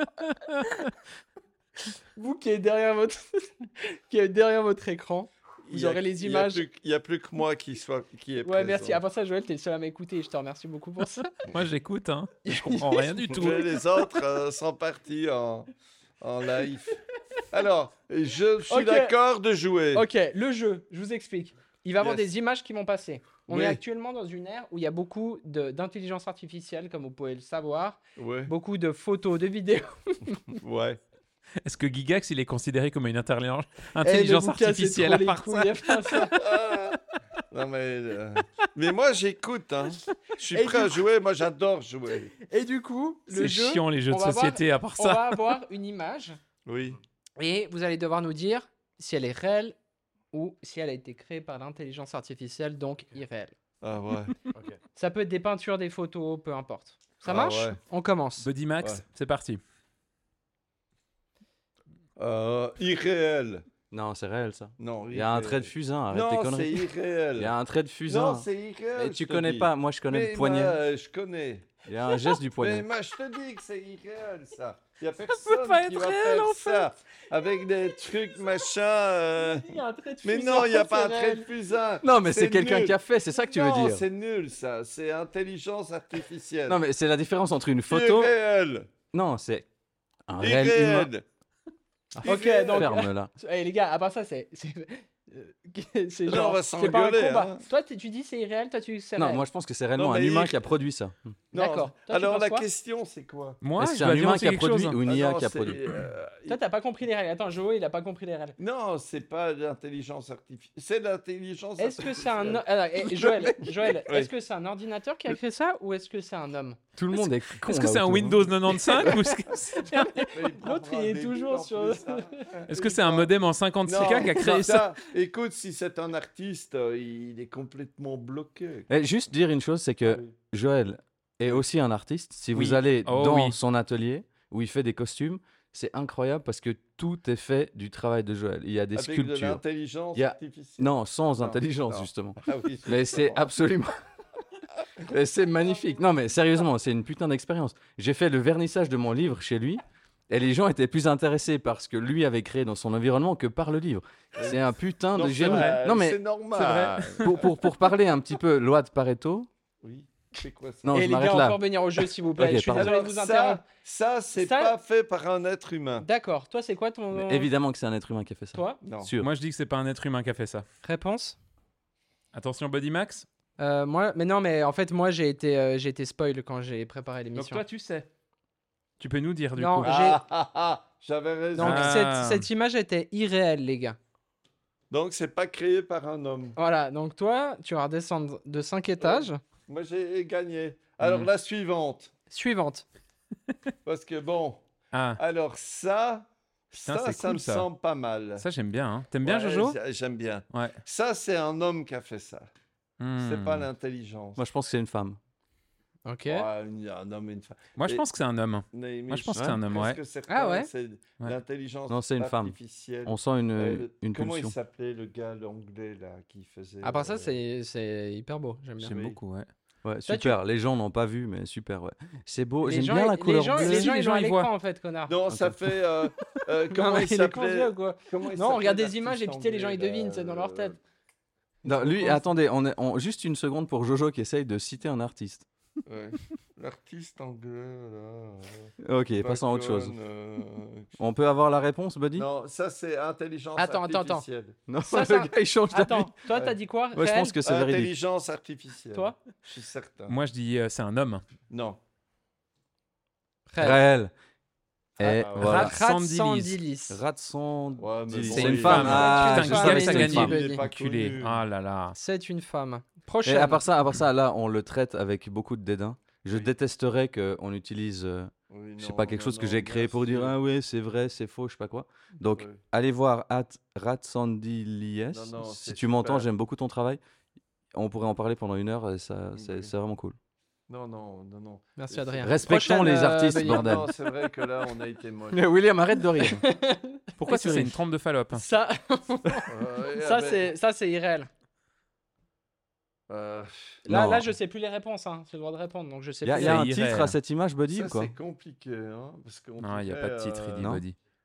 vous qui êtes derrière votre, qui êtes derrière votre écran. il Vous y a- aurez les il y a images. plus que- Il n'y a plus que moi qui, soit, qui est Ouais, merci. présent. À part ça, Joël, t'es le seul à m'écouter. Je te remercie beaucoup pour ça. Moi, j'écoute, hein. Je comprends rien du tout. Mais les autres euh, sont partis en, en live. Alors, je suis Ok. d'accord de jouer. Ok, le jeu, je vous explique. Il va y avoir Yes. des images qui vont passer. On Oui. est actuellement dans une ère où il y a beaucoup de- d'intelligence artificielle, comme vous pouvez le savoir. Ouais, Beaucoup de photos, de vidéos. ouais. Est-ce que Gigax, il est considéré comme une intelligence, Eh, intelligence ne vous cassez artificielle trop à les part couilles, ça y a pas ça. Ah. Non, mais, euh, mais moi, j'écoute. Hein. Je suis Et prêt du à jouer. Moi, j'adore jouer. Et du coup, le C'est jeu, chiant, les jeux on de va société, à part on ça. va avoir une image Oui. et vous allez devoir nous dire si elle est réelle ou si elle a été créée par l'intelligence artificielle, donc irréelle. Ah ouais. Ça peut être des peintures, des photos, peu importe. Ça Ah marche? ouais. On commence. Buddy Max, Ouais. c'est parti. Euh, irréel. Non, c'est réel ça. Non, Il y a un irréel. trait de fusain, arrête tes Non, conneries. c'est irréel. Il y a un trait de fusain. Non, c'est irréel. Et je tu te connais dis. pas, moi je connais Mais le poignet. moi, je connais. Il y a un geste du Mais poignet. moi, je te dis que c'est irréel, ça. Il n'y a personne pas qui être va réel, faire en ça. Avec des trucs, machin. euh, Il y a un trait de Mais fusain, non, il n'y a c'est pas un trait réel. de fusain. Non, mais c'est quelqu'un nul. qui a fait, c'est ça que tu veux Non, dire. c'est nul, ça. C'est intelligence artificielle. Non, mais c'est la différence entre une photo. Irréel. Non, c'est un réel humain. Irréel. Ok, Irréel. donc- Ferme là. Eh les gars, à part ça, c'est. C'est euh, c'est Là, genre. on va C'est pas un s'engueuler, combat. hein. Toi, tu tu dis c'est irréel, toi, tu c'est Non, réel. moi je pense que c'est réellement Non, un mais humain il- qui a produit ça. Non, D'accord. Toi, tu Alors, penses la quoi question, c'est quoi Moi, Est-ce que je c'est dois un humain nuancer qui a quelque produit chose. ou une Ah I A non, qui a c'est, produit euh, Toi, t'as pas compris les règles. Attends, Joe, il a pas compris les règles. Non, c'est pas l'intelligence artificielle. C'est l'intelligence Est-ce que c'est un. artificielle. Alors, eh, Joël, Joël Oui. est-ce que c'est un ordinateur qui a créé ça ou est-ce que c'est un homme? Tout le monde est con. Est-ce que là c'est un autour, hein. Windows quatre-vingt-quinze ou est-ce que c'est un- Mais il prendra L'autre, il est des toujours billes sur- en plus, hein. est-ce que c'est un modem en cinquante-six K Non, qui a créé non, ça? Écoute, si c'est un artiste, euh, il est complètement bloqué. Eh, juste dire une chose, c'est que Oui. Joël est aussi un artiste. Si vous Oui. allez Oh dans oui. son atelier où il fait des costumes, c'est incroyable parce que tout est fait du travail de Joël. Il y a des Avec de sculptures. l'intelligence Il y a- artificielle. Non, sans Non, intelligence non. justement. Ah oui, Mais c'est justement. absolument. Mais c'est magnifique. Non, mais sérieusement, c'est une putain d'expérience. J'ai fait le vernissage de mon livre chez lui et les gens étaient plus intéressés par ce que lui avait créé dans son environnement que par le livre. C'est un putain Non, de c'est génie. vrai, Non, mais c'est normal. pour, pour, pour parler un petit peu loi de Pareto, Oui, c'est quoi ça? non, Et je les m'arrête gars, là. encore venir au jeu, s'il vous plaît. Ok, Je suis pardon. désolé de Alors vous interrompre. ça, ça c'est Ça- pas fait par un être humain. D'accord. Toi, c'est quoi ton. Mais évidemment que c'est un être humain qui a fait ça. Toi Non. Sûr. Moi, je dis que c'est pas un être humain qui a fait ça. Réponse Attention, Buddy Max. Euh, moi, mais non, mais en fait, moi, j'ai été, euh, j'ai été spoil quand j'ai préparé Donc l'émission. toi, tu sais. Tu peux nous dire du Non, coup. j'ai- Ah, ah, ah, j'avais raison. Donc, Ah. cette, cette image était irréelle, les gars. Donc, c'est pas créé par un homme. Voilà, donc toi, tu vas redescendre de cinq étages. Moi, j'ai gagné. Alors, Hmm. la suivante. Suivante. Parce que bon, Ah, alors ça, Putain, ça, c'est ça cool, me ça. semble pas mal. ça j'aime bien. Hein. T'aimes bien Ouais, Jojo? j'a- J'aime bien. Ouais. Ça, c'est un homme qui a fait ça. C'est Hmm. pas l'intelligence. Moi, je pense que c'est une femme. Ok. Ouais, une- un homme et une femme. Moi, je Et- pense que c'est un homme. Mais- Moi, je mais pense que c'est un homme, presque ouais. certain, Ah ouais c'est l'intelligence Non, c'est une femme. artificielle. On sent une, Euh, une Comment il pulsion. s'appelait le gars, l'anglais, là, qui faisait. À part ça, euh, c'est, c'est hyper beau. J'aime bien. J'aime Oui. beaucoup, ouais. Ouais, Toi, super. Les gens n'ont pas vu, mais super, ouais. C'est beau. Les J'aime gens, bien ils- la couleur les gens, bleue. les Si, gens, les ils gens, ont à ils l'écran, voient. en fait, connard. Non, ça Ok. fait. euh, euh, Non, comment mais il il est con, s'appelait ce gars, quoi. Comment il Non, on regarde s'appelait des images et l'artiste putain, les gens, ils anglais, devinent, là, c'est dans leur tête. Non, lui, con. attendez, on est, on- juste une seconde pour Jojo qui essaye de citer un artiste. Ouais. L'artiste anglais, là. Ok, euh, passons à autre chose. Bacon, euh, On peut avoir la réponse, Buddy? Non, ça, c'est intelligence Attends, attends, attends. artificielle. Non, Ça, le ça- gars, il change d'avis. Attends, toi, Ouais. t'as dit quoi? Moi, je Réel pense que c'est véridique. Intelligence artificielle. Toi Je suis certain. Moi, je dis euh, c'est un homme. Non. Réel. Réel. Et Ah, ouais. voilà. Rat- Sandilis. Sandilis. Ratson. Ouais, mais bon, C'est C'est une une femme. femme. Ah, Putain, je Putain, savais mais que ça c'était une dit, femme. Buddy. Il est pas Enculé. connu. Ah là là. C'est une femme. Et Prochaine. à part ça, à part ça, là, on le traite avec beaucoup de dédain. Je Oui. détesterais qu'on utilise, euh, Oui, je sais non, pas, quelque non, chose que non, j'ai créé bien pour dire sûr. ah ouais, c'est vrai, c'est faux, je sais pas quoi. Donc, Ouais. allez voir at Ratsandilies. Non, non, Si c'est tu m'entends, super. j'aime beaucoup ton travail. On pourrait en parler pendant une heure et ça, c'est Oui. c'est vraiment cool. Non, non, non, non. Merci, C'est- Adrien. Respectons Prochaine, les euh, artistes, Benny. bordel. Non, c'est vrai que là, on a été moche. William, arrête de rire. Pourquoi tu ça, c'est ris une trompe de Fallope? Ça, Ouais, ça, ah ben, c'est, ça, c'est irréel. euh, Là, Non. là, je sais plus les réponses. Hein. J'ai le droit de répondre, donc je sais Il y a, plus. il y a C'est un irréel. titre à cette image, Buddy, ça, ou quoi c'est compliqué. Hein, parce qu'on Non, il n'y a dirait, pas de titre, euh, il dit non. Buddy.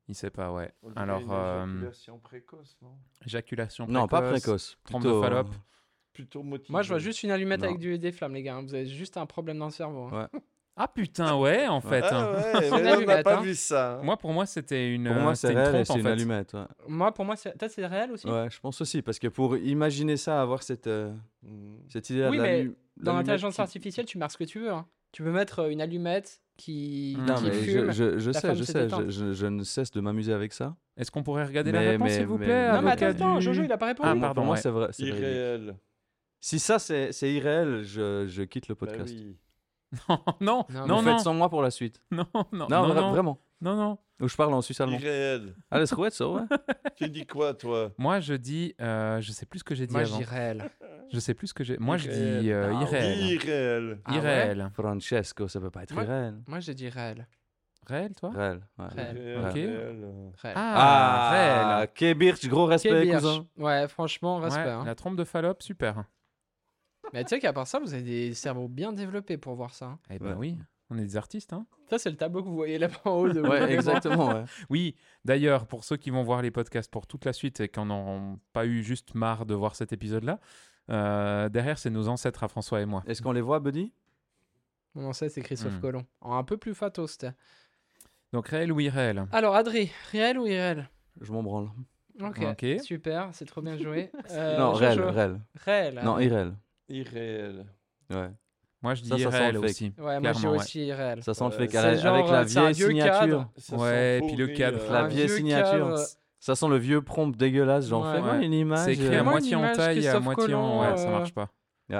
Il sait pas, ouais. On dirait Alors, une euh, éjaculation précoce, non? éjaculation précoce. Non, pas précoce. Trompe plutôt, de Fallope. euh, Plutôt motivé. Moi, je vois juste une allumette Non. avec du, des flammes, les gars. Vous avez juste un problème dans le cerveau. hein. Ouais. Ah putain, ouais, en fait. Ah hein. ouais, C'est une mais on n'a allumette, pas hein. vu ça. hein. Moi, pour moi, c'était une, Pour euh, moi, c'était c'est une réel et trompe, c'est en une fait. allumette. Ouais. Moi, pour moi, c'est... Toi, c'est réel aussi Ouais, je pense aussi. Parce que pour imaginer ça, avoir cette, euh, Mm. cette idée-là Oui, de mais l'allu- Dans l'allumette l'intelligence qui- artificielle, tu marques ce que tu veux. hein. Tu peux mettre euh, une allumette qui, Mm. Non, qui mais fume. je, je, je la sais, flamme je se sais. détend. Je, je- je ne cesse de m'amuser avec ça. Est-ce qu'on pourrait regarder la Mais- réponse, mais- s'il vous mais- plaît Non, mais avec, attends, euh, attends, du- Jojo, il a pas répondu. Ah, Pour moi- pardon, pour moi, ouais. c'est vrai. c'est vrai. Irréel. Si ça, c'est c'est irréel, je, je quitte le Bah podcast. oui. non, non, Non, non, Vous non, faites sans moi pour la suite. non, non, Non, non, vra- non, vraiment. non, non. Ou je parle en suisse allemand. Irréel. Allez, c'est chouette, ça, ouais. Tu dis quoi, toi? Moi, je dis, euh, je sais plus ce que j'ai dit Moi, je avant. dis réel. Je sais plus ce que j'ai. Moi, je Irréel. dis euh, Ah, irréel. Irréel. Ah ouais Irréel. Francesco, ça peut pas être Ouais. irréel. Moi, j'ai dit réel. Réel, toi Réel. Ouais. Réel. Irréel, Ok. réel, euh. Réel. Ah, réel. Kebirch, gros respect, Kebirch. cousin. Ouais, franchement, respect. Ouais, hein. la trompe de Fallope, super. Mais tu sais qu'à part ça, vous avez des cerveaux bien développés pour voir ça. hein. Eh ben Ouais. oui, on est des artistes, hein. Ça, c'est le tableau que vous voyez là-bas en haut. De Ouais, exactement. Ouais. Oui, d'ailleurs, pour ceux qui vont voir les podcasts pour toute la suite et qui n'en auront pas eu juste marre de voir cet épisode-là, euh, derrière, c'est nos ancêtres à François et moi. Est-ce qu'on les voit, Buddy? Mon ancêtre, c'est Christophe Hmm. Colomb. En un peu plus fatos. c'était. Donc, réel ou irréel? Alors, Adri, réel ou irréel? Je m'en branle. Ok, Ok. super, c'est trop bien joué. Euh, non, Jojo. réel, réel. Réel. Non, ah. irréel. Irréel. Ouais. Moi, je dis Ça, ça sent irréel le fake. aussi. Ouais, moi, j'ai Clairement, ouais. aussi irréel. Ça sent le Euh, fait c'est avec, genre, avec la euh, c'est un vieille vieux signature. cadre. Ça Ouais, sent puis le pourri, cadre. euh, La Un vieille vieux signature. cadre. Ça sent le vieux prompt dégueulasse. Genre, Ouais. fais-moi Ouais. une image. C'est écrit à euh, Moi, moitié une en image taille et à Christophe moitié en... Colomb, Ouais, ça euh, marche pas.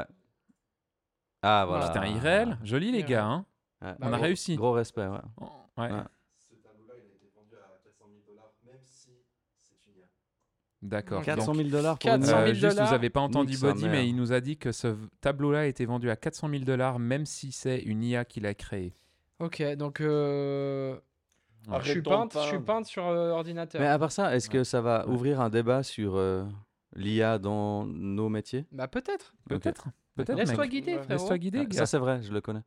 Ah, voilà. C'était un irréel. Joli, les Ouais. gars. Hein. Ouais. On a Bravo. réussi. Gros respect, ouais. Ouais. Ouais. Ce tableau-là, il a été vendu à quatre cent mille dollars, même si c'est une I A. D'accord. quatre cent Donc, mille dollars pour une quatre cent euh, mille juste, vous dollars. n'avez pas entendu Nique sa Body, mère. mais il nous a dit que ce v- tableau-là a été vendu à quatre cent mille dollars, même si c'est une I A qui l'a créé. Ok, donc euh, Ouais. je suis Arrêtons de peinte, je suis peindre. peinte sur euh, ordinateur. Mais à part ça, est-ce que Ouais. ça va Ouais. ouvrir un débat sur euh, l'I A dans nos métiers? Bah peut-être. Peut-être. Peut-être, Laisse-toi mec. guider, Ouais. frérot. Laisse-toi guider, Ah, gars. ça, c'est vrai, je le connais.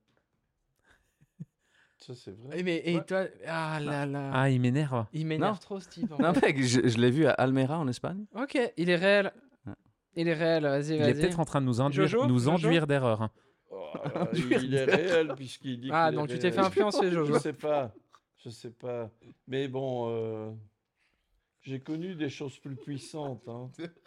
Ça, c'est vrai. Eh, mais et Ouais. toi, ah là là, Ah, il m'énerve. il m'énerve Non. trop, Steve. en Non, fait. mec, je, je l'ai vu à Almera en Espagne. Ok, il est réel. Ouais. Il est réel. Vas-y, Il est vas-y. peut-être en train de nous induire, Jojo nous Jojo enduire d'erreur. hein. Oh, euh, il est réel puisqu'il dit Ah, qu'il est donc tu t'es fait réel. influencer, Jojo. Je sais pas. Je sais pas. Mais bon, euh, j'ai connu des choses plus puissantes. Hein.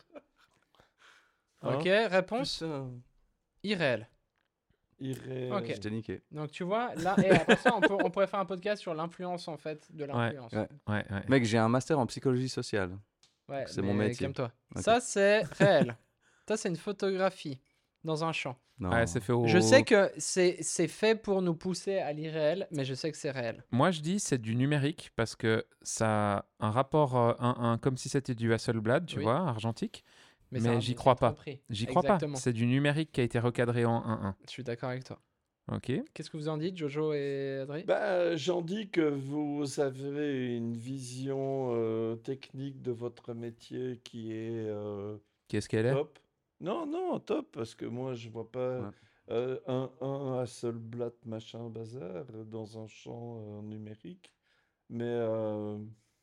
Ok, Hein réponse Putain, irréel. irréel. Ok. Je t'ai niqué. Donc tu vois, là, et après ça, on, peut, on pourrait faire un podcast sur l'influence en fait, de l'influence. ouais. Ouais, ouais. Mec, j'ai un master en psychologie sociale. Ouais, C'est mon mais métier. Calme-toi. Ok. Ça, c'est réel. Ça, c'est une photographie dans un champ. Non. Ouais, c'est fait au... Je sais que c'est c'est fait pour nous pousser à l'irréel, mais je sais que c'est réel. Moi, je dis c'est du numérique parce que ça a un rapport euh, un un comme si c'était du Hasselblad, tu Oui. vois, argentique. Mais c'est un- j'y c'est crois une pas. tromperie. J'y crois pas. Exactement. C'est du numérique qui a été recadré en un un. Je suis d'accord avec toi. Ok. Qu'est-ce que vous en dites, Jojo et Adri? Bah, j'en dis que vous avez une vision euh, technique de votre métier qui est euh, Qu'est-ce qu'elle est? top. Non, non, top, parce que moi, je vois pas Ouais. euh, un, un Hasselblad machin bazar euh, dans un champ euh, numérique. Mais euh,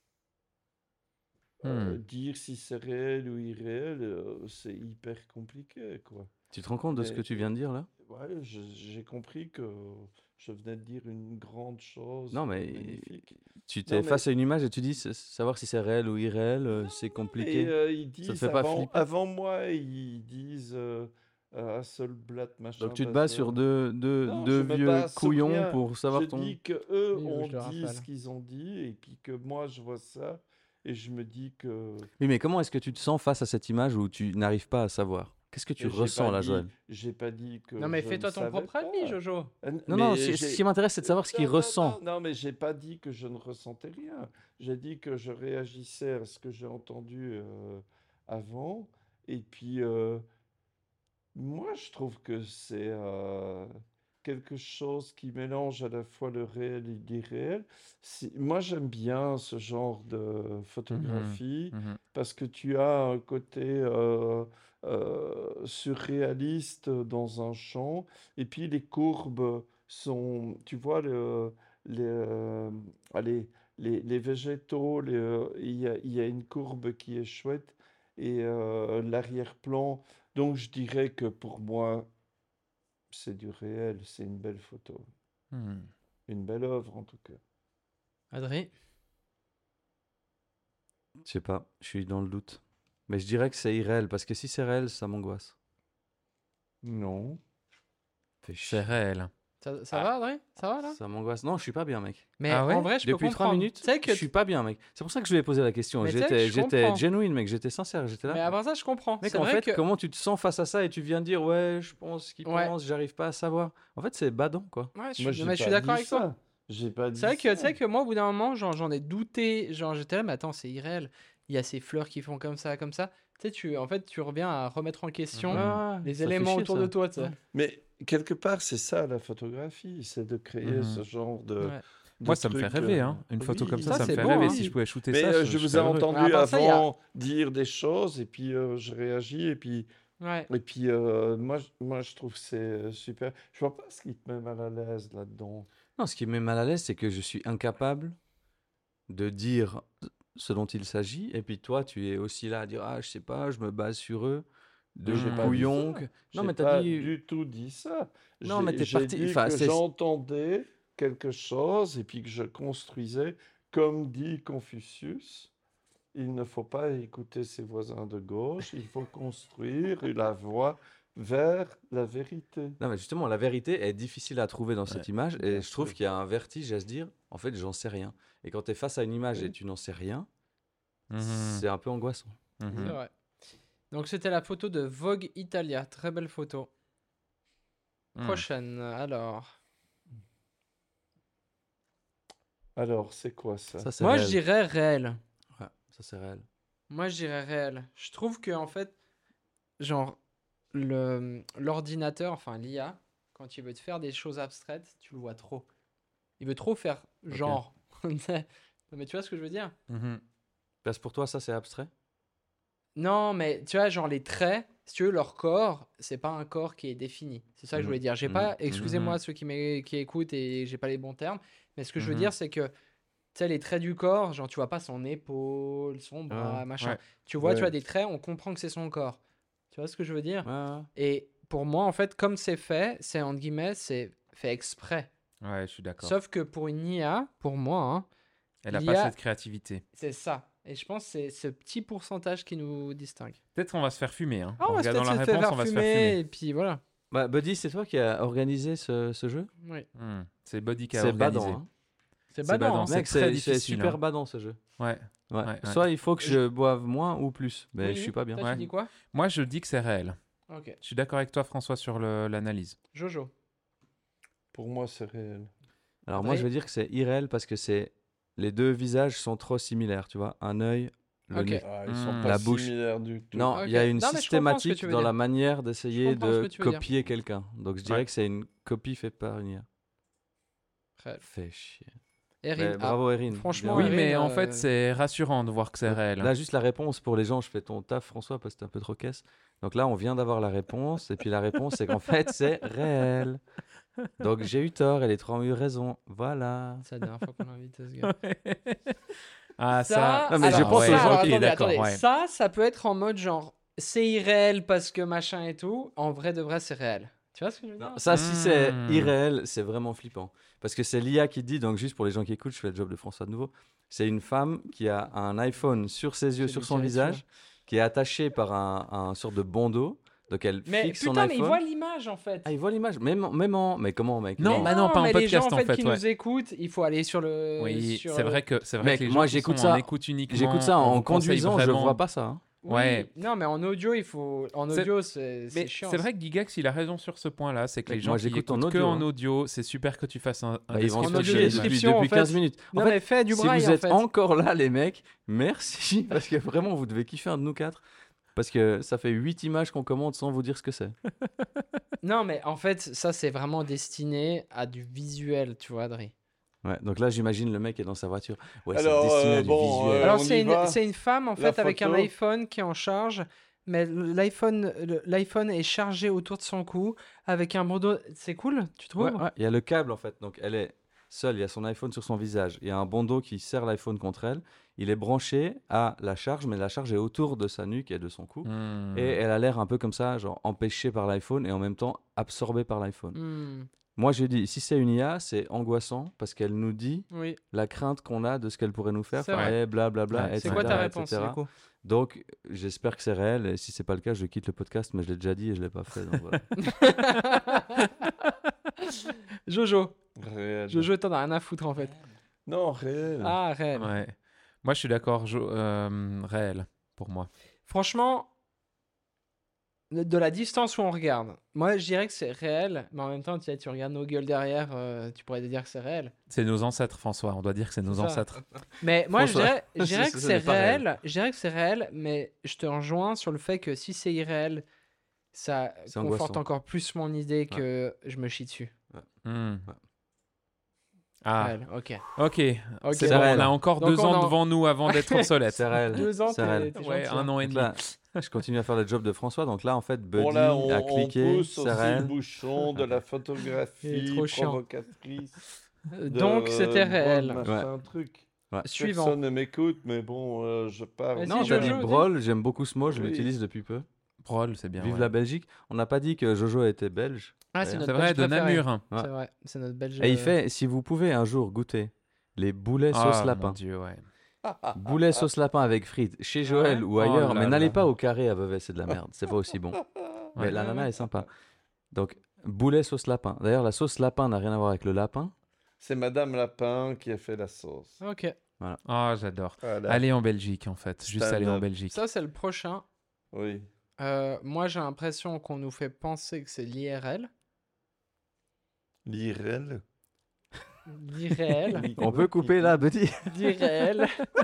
euh, Hmm. dire si c'est réel ou irréel, euh, c'est hyper compliqué, quoi. Tu te rends compte de ce Mais- que tu viens de dire là? Ouais, je- j'ai compris que je venais de dire une grande chose Non, euh, mais magnifique. tu t'es mais- face à une image et tu dis s- savoir si c'est réel ou irréel, euh, c'est Et compliqué. euh, ils te disent, fait pas avant, flipper? avant moi, ils disent euh, euh, Hasselblad, machin. Donc tu te bases sur bazar. deux, deux, Non, deux je me vieux base sur couillons rien. pour savoir Je ton... dis que eux Oui, ont je le dit rappelle. ce qu'ils ont dit, et puis que moi, je vois ça, et je me dis que... Oui, mais comment est-ce que tu te sens face à cette image où tu n'arrives pas à savoir? Qu'est-ce que tu et j'ai ressens pas là, dit- Joël? J'ai pas dit que Non, mais je fais-toi ne ton savais propre avis, pas. Jojo. Euh, Non, non, mais ce j'ai- ce qui m'intéresse, c'est de savoir ce qu'il Non, non, ressent. Non, non, mais j'ai pas dit que je ne ressentais rien. J'ai dit que je réagissais à ce que j'ai entendu euh, avant. Et puis, euh, moi, je trouve que c'est euh, quelque chose qui mélange à la fois le réel et l'irréel. Si- Moi, j'aime bien ce genre de photographie Mhm. parce que tu as un côté euh, euh, surréaliste dans un champ, et puis les courbes sont, tu vois, le, les, euh, allez, les, les végétaux, les, euh, il y a, il y a une courbe qui est chouette et euh, l'arrière-plan. Donc je dirais que pour moi, c'est du réel, c'est une belle photo. Hmm. Une belle œuvre en tout cas. Adrien. Je sais pas, je suis dans le doute. Mais je dirais que c'est irréel, parce que si c'est réel, ça m'angoisse. Non. Fait chier. C'est réel. Ça, ça Ah. va, Adrien? Ça va là? Ça m'angoisse. Non, je suis pas bien, mec. Mais Ah ouais en vrai, je peux Depuis trois comprendre. minutes, Tu sais que je suis pas bien, mec. C'est pour ça que je lui ai posé la question. Mais tu sais que J'étais, je j'étais comprends. genuine, mec. J'étais sincère. J'étais là. Mais après ça, je comprends. Mec, C'est en vrai fait, que... comment tu te sens face à ça et tu viens de dire, ouais, je pense qu'il Ouais. pense, j'arrive pas à savoir. En fait, c'est badant, quoi. Ouais, je Moi, suis, j'ai mais je suis pas d'accord dit avec toi. ça. J'ai pas dit C'est vrai que, ça. tu sais que moi, au bout d'un moment, genre, j'en ai douté. Genre, j'étais là, mais attends, c'est irréel. Il y a ces fleurs qui font comme ça, comme ça. Tu sais, tu, en fait, tu reviens à remettre en question Mhm. les Ça fait éléments chier, autour ça. de toi, tu sais. Ouais. Mais quelque part, c'est ça la photographie, c'est de créer Mhm. ce genre de. Ouais. de Moi, ça me fait truc, rêver. euh, Hein. Une photo oui. comme ça, Ça, ça, me c'est fait beau, rêver. hein. Si je pouvais shooter Mais ça, euh, je, je je vous ai serais heureux. entendu Mais à part ça, il y a- avant dire des choses et puis euh, je réagis et puis Ouais. et puis euh, moi je- moi je trouve que c'est euh, super. Je vois pas ce qui te met mal à l'aise là-dedans. Non, ce qui me met mal à l'aise, c'est que je suis incapable de dire ce dont il s'agit. Et puis toi, tu es aussi là à dire, ah, je sais pas, je me base sur eux. De J'ai pas dit couillon. ça. que- J'ai Non, mais t'as pas dit. du tout dit ça. Non, mais J'ai t'es j'ai parti- dit enfin, que c'est- j'entendais quelque chose et puis que je construisais, comme dit Confucius. Il ne faut pas écouter ses voisins de gauche, il faut construire la voie vers la vérité. Non, mais justement, la vérité est difficile à trouver dans cette Ouais, image. bien Et je trouve sûr. qu'il y a un vertige à se dire, en fait, j'en sais rien. Et quand tu es face à une image et tu n'en sais rien, Mhm. c'est un peu angoissant. Mhm. C'est vrai. Donc, c'était la photo de Vogue Italia. Très belle photo. Mhm. Prochaine, alors. Alors, c'est quoi ça? Ça, c'est Moi, réel. je dirais réel. Ouais, ça, c'est réel. Moi, je dirais réel. Je trouve que, en fait, genre, le, l'ordinateur, enfin l'I A, quand il veut te faire des choses abstraites, tu le vois trop. Il veut trop faire genre. Non, mais tu vois ce que je veux dire? Mhm. Parce que pour toi, ça, c'est abstrait? Non, mais tu vois, genre les traits, si tu veux, leur corps, c'est pas un corps qui est défini. C'est ça que je voulais dire. J'ai Mhm. pas, excusez-moi Mhm. ceux qui, m'é- qui écoutent et j'ai pas les bons termes, mais ce que je veux Mhm. dire, c'est que, tu sais, les traits du corps, genre tu vois pas son épaule, son bras, Ouais. machin. Ouais. Tu vois, tu Ouais. vois des traits, on comprend que c'est son corps. Tu vois ce que je veux dire? Ouais, ouais. Et pour moi, en fait, comme c'est fait, c'est entre guillemets, c'est fait exprès. Ouais, je suis d'accord. Sauf que pour une I A, pour moi, hein, Elle a l'I pas A cette créativité. c'est ça. Et je pense que c'est ce petit pourcentage qui nous distingue. Peut-être qu'on va se faire fumer. Hein. Ah, en on va regardant peut-être la se réponse, faire on va se faire fumer, fumer. et puis voilà. Bah, Buddy, c'est toi qui as organisé ce, ce jeu? Oui. Hmm. C'est Body qui a C'est organisé. badant, hein. C'est C'est badant. badant, hein. c'est Mec, très c'est c'est difficile, super hein. badant ce jeu. Ouais. Ouais. Ouais, ouais. Soit il faut que je boive moins ou plus. Mais Oui, je suis oui. pas bien. Toi, Ouais. tu dis quoi? Moi, je dis que c'est réel. Ok. Je suis d'accord avec toi, François, sur le- l'analyse. Jojo. Pour moi, c'est réel. Alors moi, je Adrien? vais dire que c'est irréel parce que c'est les deux visages sont trop similaires, tu vois. Un œil, le Ok. nez. Ah, ils sont Hmm. pas La bouche. similaires du tout. Non, il y a Ok. une Non, mais je comprends ce que systématique tu veux dans dire. la manière Je d'essayer comprends ce de que tu veux dire. copier quelqu'un. Donc je dirais Ouais. que c'est une copie faite par une I A. Réel. Fait chier. Erin. Mais Ah, bravo Erin. franchement, Bien Oui, Erin, mais en euh, fait, c'est rassurant de voir que c'est Ouais. réel. Là, juste la réponse pour les gens, je fais ton taf, François, parce que t'es un peu trop caisse. Donc là, on vient d'avoir la réponse. Et puis la réponse, c'est qu'en fait, c'est réel. Donc j'ai eu tort et les trois ont eu raison. Voilà. c'est la dernière fois qu'on a invité ce gars. Ah, ça. Non, mais alors, je pense ça, aux gens alors, qui- attendez, d'accord, attendez. ouais. Ça, ça peut être en mode genre, c'est irréel parce que machin et tout. En vrai de vrai, c'est réel. Tu vois ce que je veux dire? Non, ça, si c'est Hmm. irréel, c'est vraiment flippant. Parce que c'est l'I A qui dit, donc juste pour les gens qui écoutent, je fais le job de François de nouveau. C'est une femme qui a un iPhone sur ses yeux, J'ai sur dû son tirer visage, qui est attaché par un, un sorte de bandeau. Donc elle Mais fixe son putain, mais iPhone. il voit l'image en fait. Ah, il voit l'image. Même, en- même en. Mais comment, mec Non, Mais bah non, pas en mais les gens podcast, en en fait, fait, qui ouais. nous écoutent, il faut aller sur le. Oui, sur c'est le- vrai que c'est vrai Mec, que les moi, gens qui j'écoute sont ça- en écoute uniquement. J'écoute ça on en vous conseille conduisant, je vraiment- vois pas ça. hein. Oui, Ouais. Non, mais en audio, il faut. En C'est- audio, c'est c'est Mais chiant. c'est vrai que Gigax, il a raison sur ce point-là. C'est que Mec, les gens moi, qui j'écoute en écoutent que audio, en hein. audio, c'est super que tu fasses un, un Bah, ils vont En se description faire audio chier de- depuis, description, depuis en fait. quinze minutes. Non, En fait, mais fais du si braille vous en êtes fait. encore là, les mecs, merci. Parce que vraiment, vous devez kiffer un de nous quatre. Parce que ça fait huit images qu'on commande sans vous dire ce que c'est. Non, mais en fait, ça, c'est vraiment destiné à du visuel, tu vois, Adri. Ouais, donc là, j'imagine le mec est dans sa voiture. Ouais, Alors, c'est destiné euh, à du bon, visuel. Euh, Alors, on c'est y une, va c'est une femme, en La fait, avec un photo iPhone qui est en charge. Mais l'iPhone le- l'iPhone est chargé autour de son cou avec un bandeau. C'est cool, tu trouves? Ouais, ouais, il y a le câble en fait. Donc elle est seule, il y a son iPhone sur son visage, il y a un bandeau qui serre l'iPhone contre elle, il est branché à la charge, mais la charge est autour de sa nuque et de son cou. Hmm. Et elle a l'air un peu comme ça, genre empêchée par l'iPhone et en même temps absorbée par l'iPhone. Hmm, Moi, j'ai dit, si c'est une I A, c'est angoissant parce qu'elle nous dit Oui. la crainte qu'on a de ce qu'elle pourrait nous faire. C'est Enfin, vrai. eh, blablabla, Ouais, et C'est cetera, quoi ta et réponse, cetera. du coup? Donc, j'espère que c'est réel. Et si c'est pas le cas, je quitte le podcast, mais je l'ai déjà dit et je l'ai pas fait. Donc voilà. Jojo. Réel. Jojo, t'en as rien à foutre en fait. Non, réel. Ah, réel. Ouais. Moi, je suis d'accord. Jo- euh, réel, pour moi. Franchement, de de la distance où on regarde, moi je dirais que c'est réel, mais en même temps, tu, tu regardes nos gueules derrière, euh, tu pourrais te dire que c'est réel. C'est nos ancêtres, François. On doit dire que c'est nos C'est ça. ancêtres. Mais moi, je François, dirais, je dirais ce- que ce c'est n'est pas réel. réel. Je dirais que c'est réel, mais je te rejoins sur le fait que si c'est irréel, ça C'est conforte angoissant. encore plus mon idée que je me chie dessus. Hmm. Ouais. Ah, Réel, ok. ok. Ok. C'est C'est bon, réel. on a encore Donc deux on ans en- devant nous avant d'être obsolète. C'est réel. Deux ans, c'est t'es réel. t'es Ouais, gentil, un hein. an et Donc demi. là, je continue à faire le job de François. Donc là, en fait, Buddy Bon, là, on, a on cliqué. pousse C'est aussi le réel. bouchon de la Il est photographie trop chiant. provocatrice. Euh, de, Donc c'était euh, réel. Brawl, machin, truc. Suivant. Personne ne m'écoute, mais bon, euh, je parle. Vas-y, Non, Si, t'as Jojo, dit dis. Brawl. J'aime beaucoup ce mot. Je Oui. l'utilise depuis peu. Brol, c'est bien. Vive ouais. la Belgique. On n'a pas dit que Jojo était belge. Ah, c'est D'ailleurs. notre C'est vrai, belge de préféré. Namur. Ouais. C'est vrai, c'est notre belge. Et il euh, fait, si vous pouvez un jour goûter les boulets Ah, sauce mon lapin. Dieu, ouais. Boulets sauce lapin avec frites chez Joël ouais ou Oh ailleurs, là mais n'allez là. pas au carré à Vevey, c'est de la merde, c'est pas aussi bon. Mais Ouais. l'ananas Ouais, ouais. est sympa. Donc, boulet sauce lapin. D'ailleurs, la sauce lapin n'a rien à voir avec le lapin. C'est Madame Lapin qui a fait la sauce. Ok. Ah, j'adore. Voilà. Aller en Belgique, en fait. Juste Stand aller en up. Belgique. Ça, c'est le prochain. Oui. Euh, moi, j'ai l'impression qu'on nous fait penser que c'est l'I R L. L'I R L. L'irréel. On peut couper là, Buddy. L'irréel.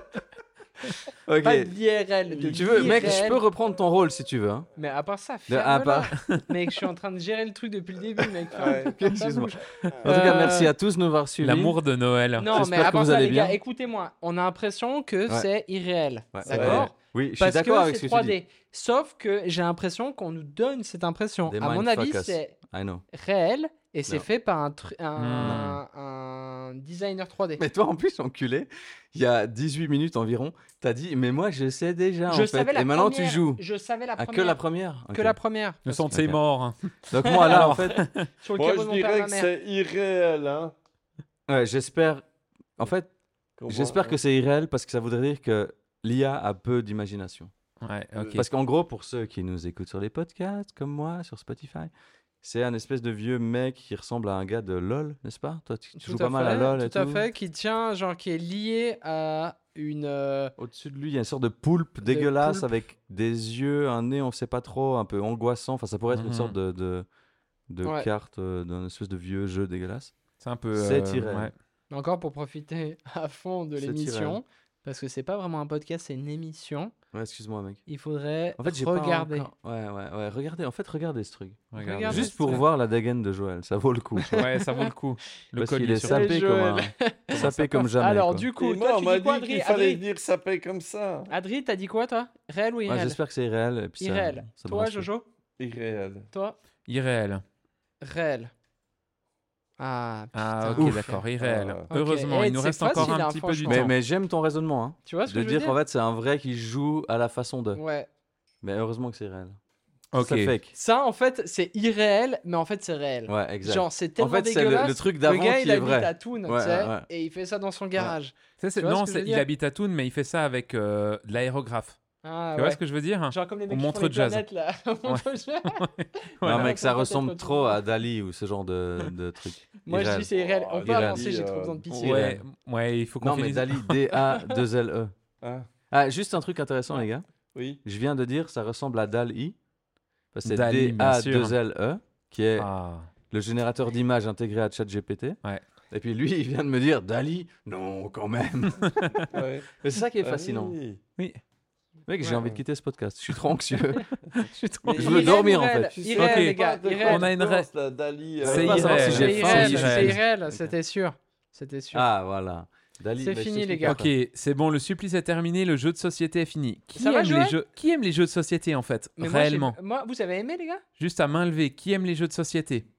Ok. Pas de l'I R L. De Tu veux, mec, je l'irréel. peux reprendre ton rôle si tu veux. hein. Mais à part ça, De- à ferme-la. part- Mec, je suis en train de gérer le truc depuis le début, mec. Ferme- Ouais. ferme ta Excuse-moi. bouche. En tout cas, Euh, merci à tous de nous avoir suivis. L'amour de Noël. Non, J'espère mais à que part vous ça, allez les gars, bien. écoutez-moi. On a l'impression que Ouais. c'est irréel. Ouais. D'accord Ouais. Oui, je suis Parce d'accord que avec ce c'est que tu trois dis. D. Sauf que j'ai l'impression qu'on nous donne cette impression. Des À mon avis, mindfuckers. c'est I know. réel et c'est Non. fait par un, tr- un, un designer trois D. Mais toi, en plus, enculé, il y a dix-huit minutes environ, t'as dit, mais moi, je sais déjà, je en savais fait. la Et maintenant, première. tu joues. Je savais la Ah, première. que la première Que Ok. la première. Le son de Ok. ses morts. Donc moi, là, en Alors. fait, Sur le Moi, caveau je de mon père et dirais ma que mère. c'est irréel. Hein. ouais, j'espère... En fait, Comment- j'espère que c'est irréel parce que ça voudrait dire que l'I A a peu d'imagination. Ouais, ok. Parce qu'en gros, pour ceux qui nous écoutent sur les podcasts, comme moi, sur Spotify, c'est un espèce de vieux mec qui ressemble à un gars de LoL, n'est-ce pas? Toi, tu, tu Tout joues à pas mal à fait, LoL et tout à tout. fait, qui tient, genre, qui est lié à une. euh, Au-dessus de lui, il y a une sorte de poulpe dégueulasse poulpe. avec des yeux, un nez, on sait pas trop, un peu angoissant. Enfin, ça pourrait être une Mhm. sorte de, de, de Ouais. carte euh, d'un espèce de vieux jeu dégueulasse. C'est un peu. C'est euh, irréel. ouais. Mais encore pour profiter à fond de C'est l'émission, irréel. parce que c'est pas vraiment un podcast, c'est une émission. Ouais, excuse-moi, mec. Il faudrait En fait, j'ai pas regarder. encore- Ouais, ouais, ouais. Regardez, en fait, regardez ce truc. Regarde. Regarde. Juste pour ça. voir la dégaine de Joël, ça vaut le coup. Ouais, ça vaut le coup. Le Parce qu'il collier est sur- sapé comme, Joël. un... sapé comme jamais. Alors, quoi. du Et coup, moi, toi, on tu m'a dis quoi, dit Adri qu'il fallait Adri, dire ça paye comme ça. Adri, t'as dit quoi, toi? Réel ou Ouais, irréel? j'espère que c'est irréel. Et puis ça- Irréel. ça me Toi, rassure. Jojo? Irréel. Toi? Irréel. Réel. Ah, Ah, putain. ok, d'accord, irréel. Ah. Heureusement, Ok. il nous Eh, reste c'est encore facile, un hein, petit peu du franchement. Mais, temps. mais j'aime ton raisonnement, hein, Tu vois ce que de je veux dire dire? qu'en fait c'est un vrai qui joue à la façon de. Ouais. Mais heureusement que c'est réel. Ok. C'est fake. Ça, en fait, c'est irréel, mais en fait, c'est réel. Ouais, exact. Genre, c'est En tellement fait, c'est le, dégueulasse. le truc Le d'avant gars, qui il est habite vrai. à Thun, Ouais, tu sais, ouais. et il fait ça dans son garage. Ça, c'est- Tu vois ce non, que je c'est- veux il dire habite à Thun, mais il fait ça avec euh, de l'aérographe. Ah, Tu ouais. vois ce que je veux dire? Genre comme les On mecs qui font montre les jazz. planètes, là. On montre jazz. Voilà. Non, mec, ça Faut pas ressemble être trop trop- à Dali ou ce genre de, de truc. Moi, je Irréel. dis c'est irréel. On Oh, peut irréel. avancer, j'ai Euh, trop besoin de pitié. Ouais, Irréel. ouais, il faut qu'on Non, mais finisse. Dali, D A deux L E. Hein Ah, juste un truc intéressant, les gars. Oui. Je viens de dire, ça ressemble à D A L I. Parce que c'est Dali, D bien A sûr. deux L E, qui est Ah. le générateur d'images intégré à ChatGPT. Ouais. Et puis lui, il vient de me dire, Dali, non, quand même. Ouais. Mais c'est ça qui est Ah fascinant. oui. Oui. Mec, j'ai Ouais. envie de quitter ce podcast. Je suis trop anxieux. Je suis trop- Mais Je veux Irréel dormir, ou en réel fait. Tu sais Irréel, Ok. les gars. pas de quoi Irréel. On a une tu ré- penses, là, Dali, C'est euh, C'est pas savoir irréel. si C'est j'ai faim, irréel, si j'ai c'est faim. irréel, c'était sûr. C'était sûr. Ah, voilà. Dali, C'est bah, je fini, t'explique les gars. après. Ok, c'est bon, le supplice est terminé, le jeu de société est fini. Qui, Ça va, aime, les Joël jeux... Qui aime les jeux de société en fait? Mais moi, j'ai- Réellement. moi, vous avez aimé, les gars? Juste à main levée, qui aime les jeux de société?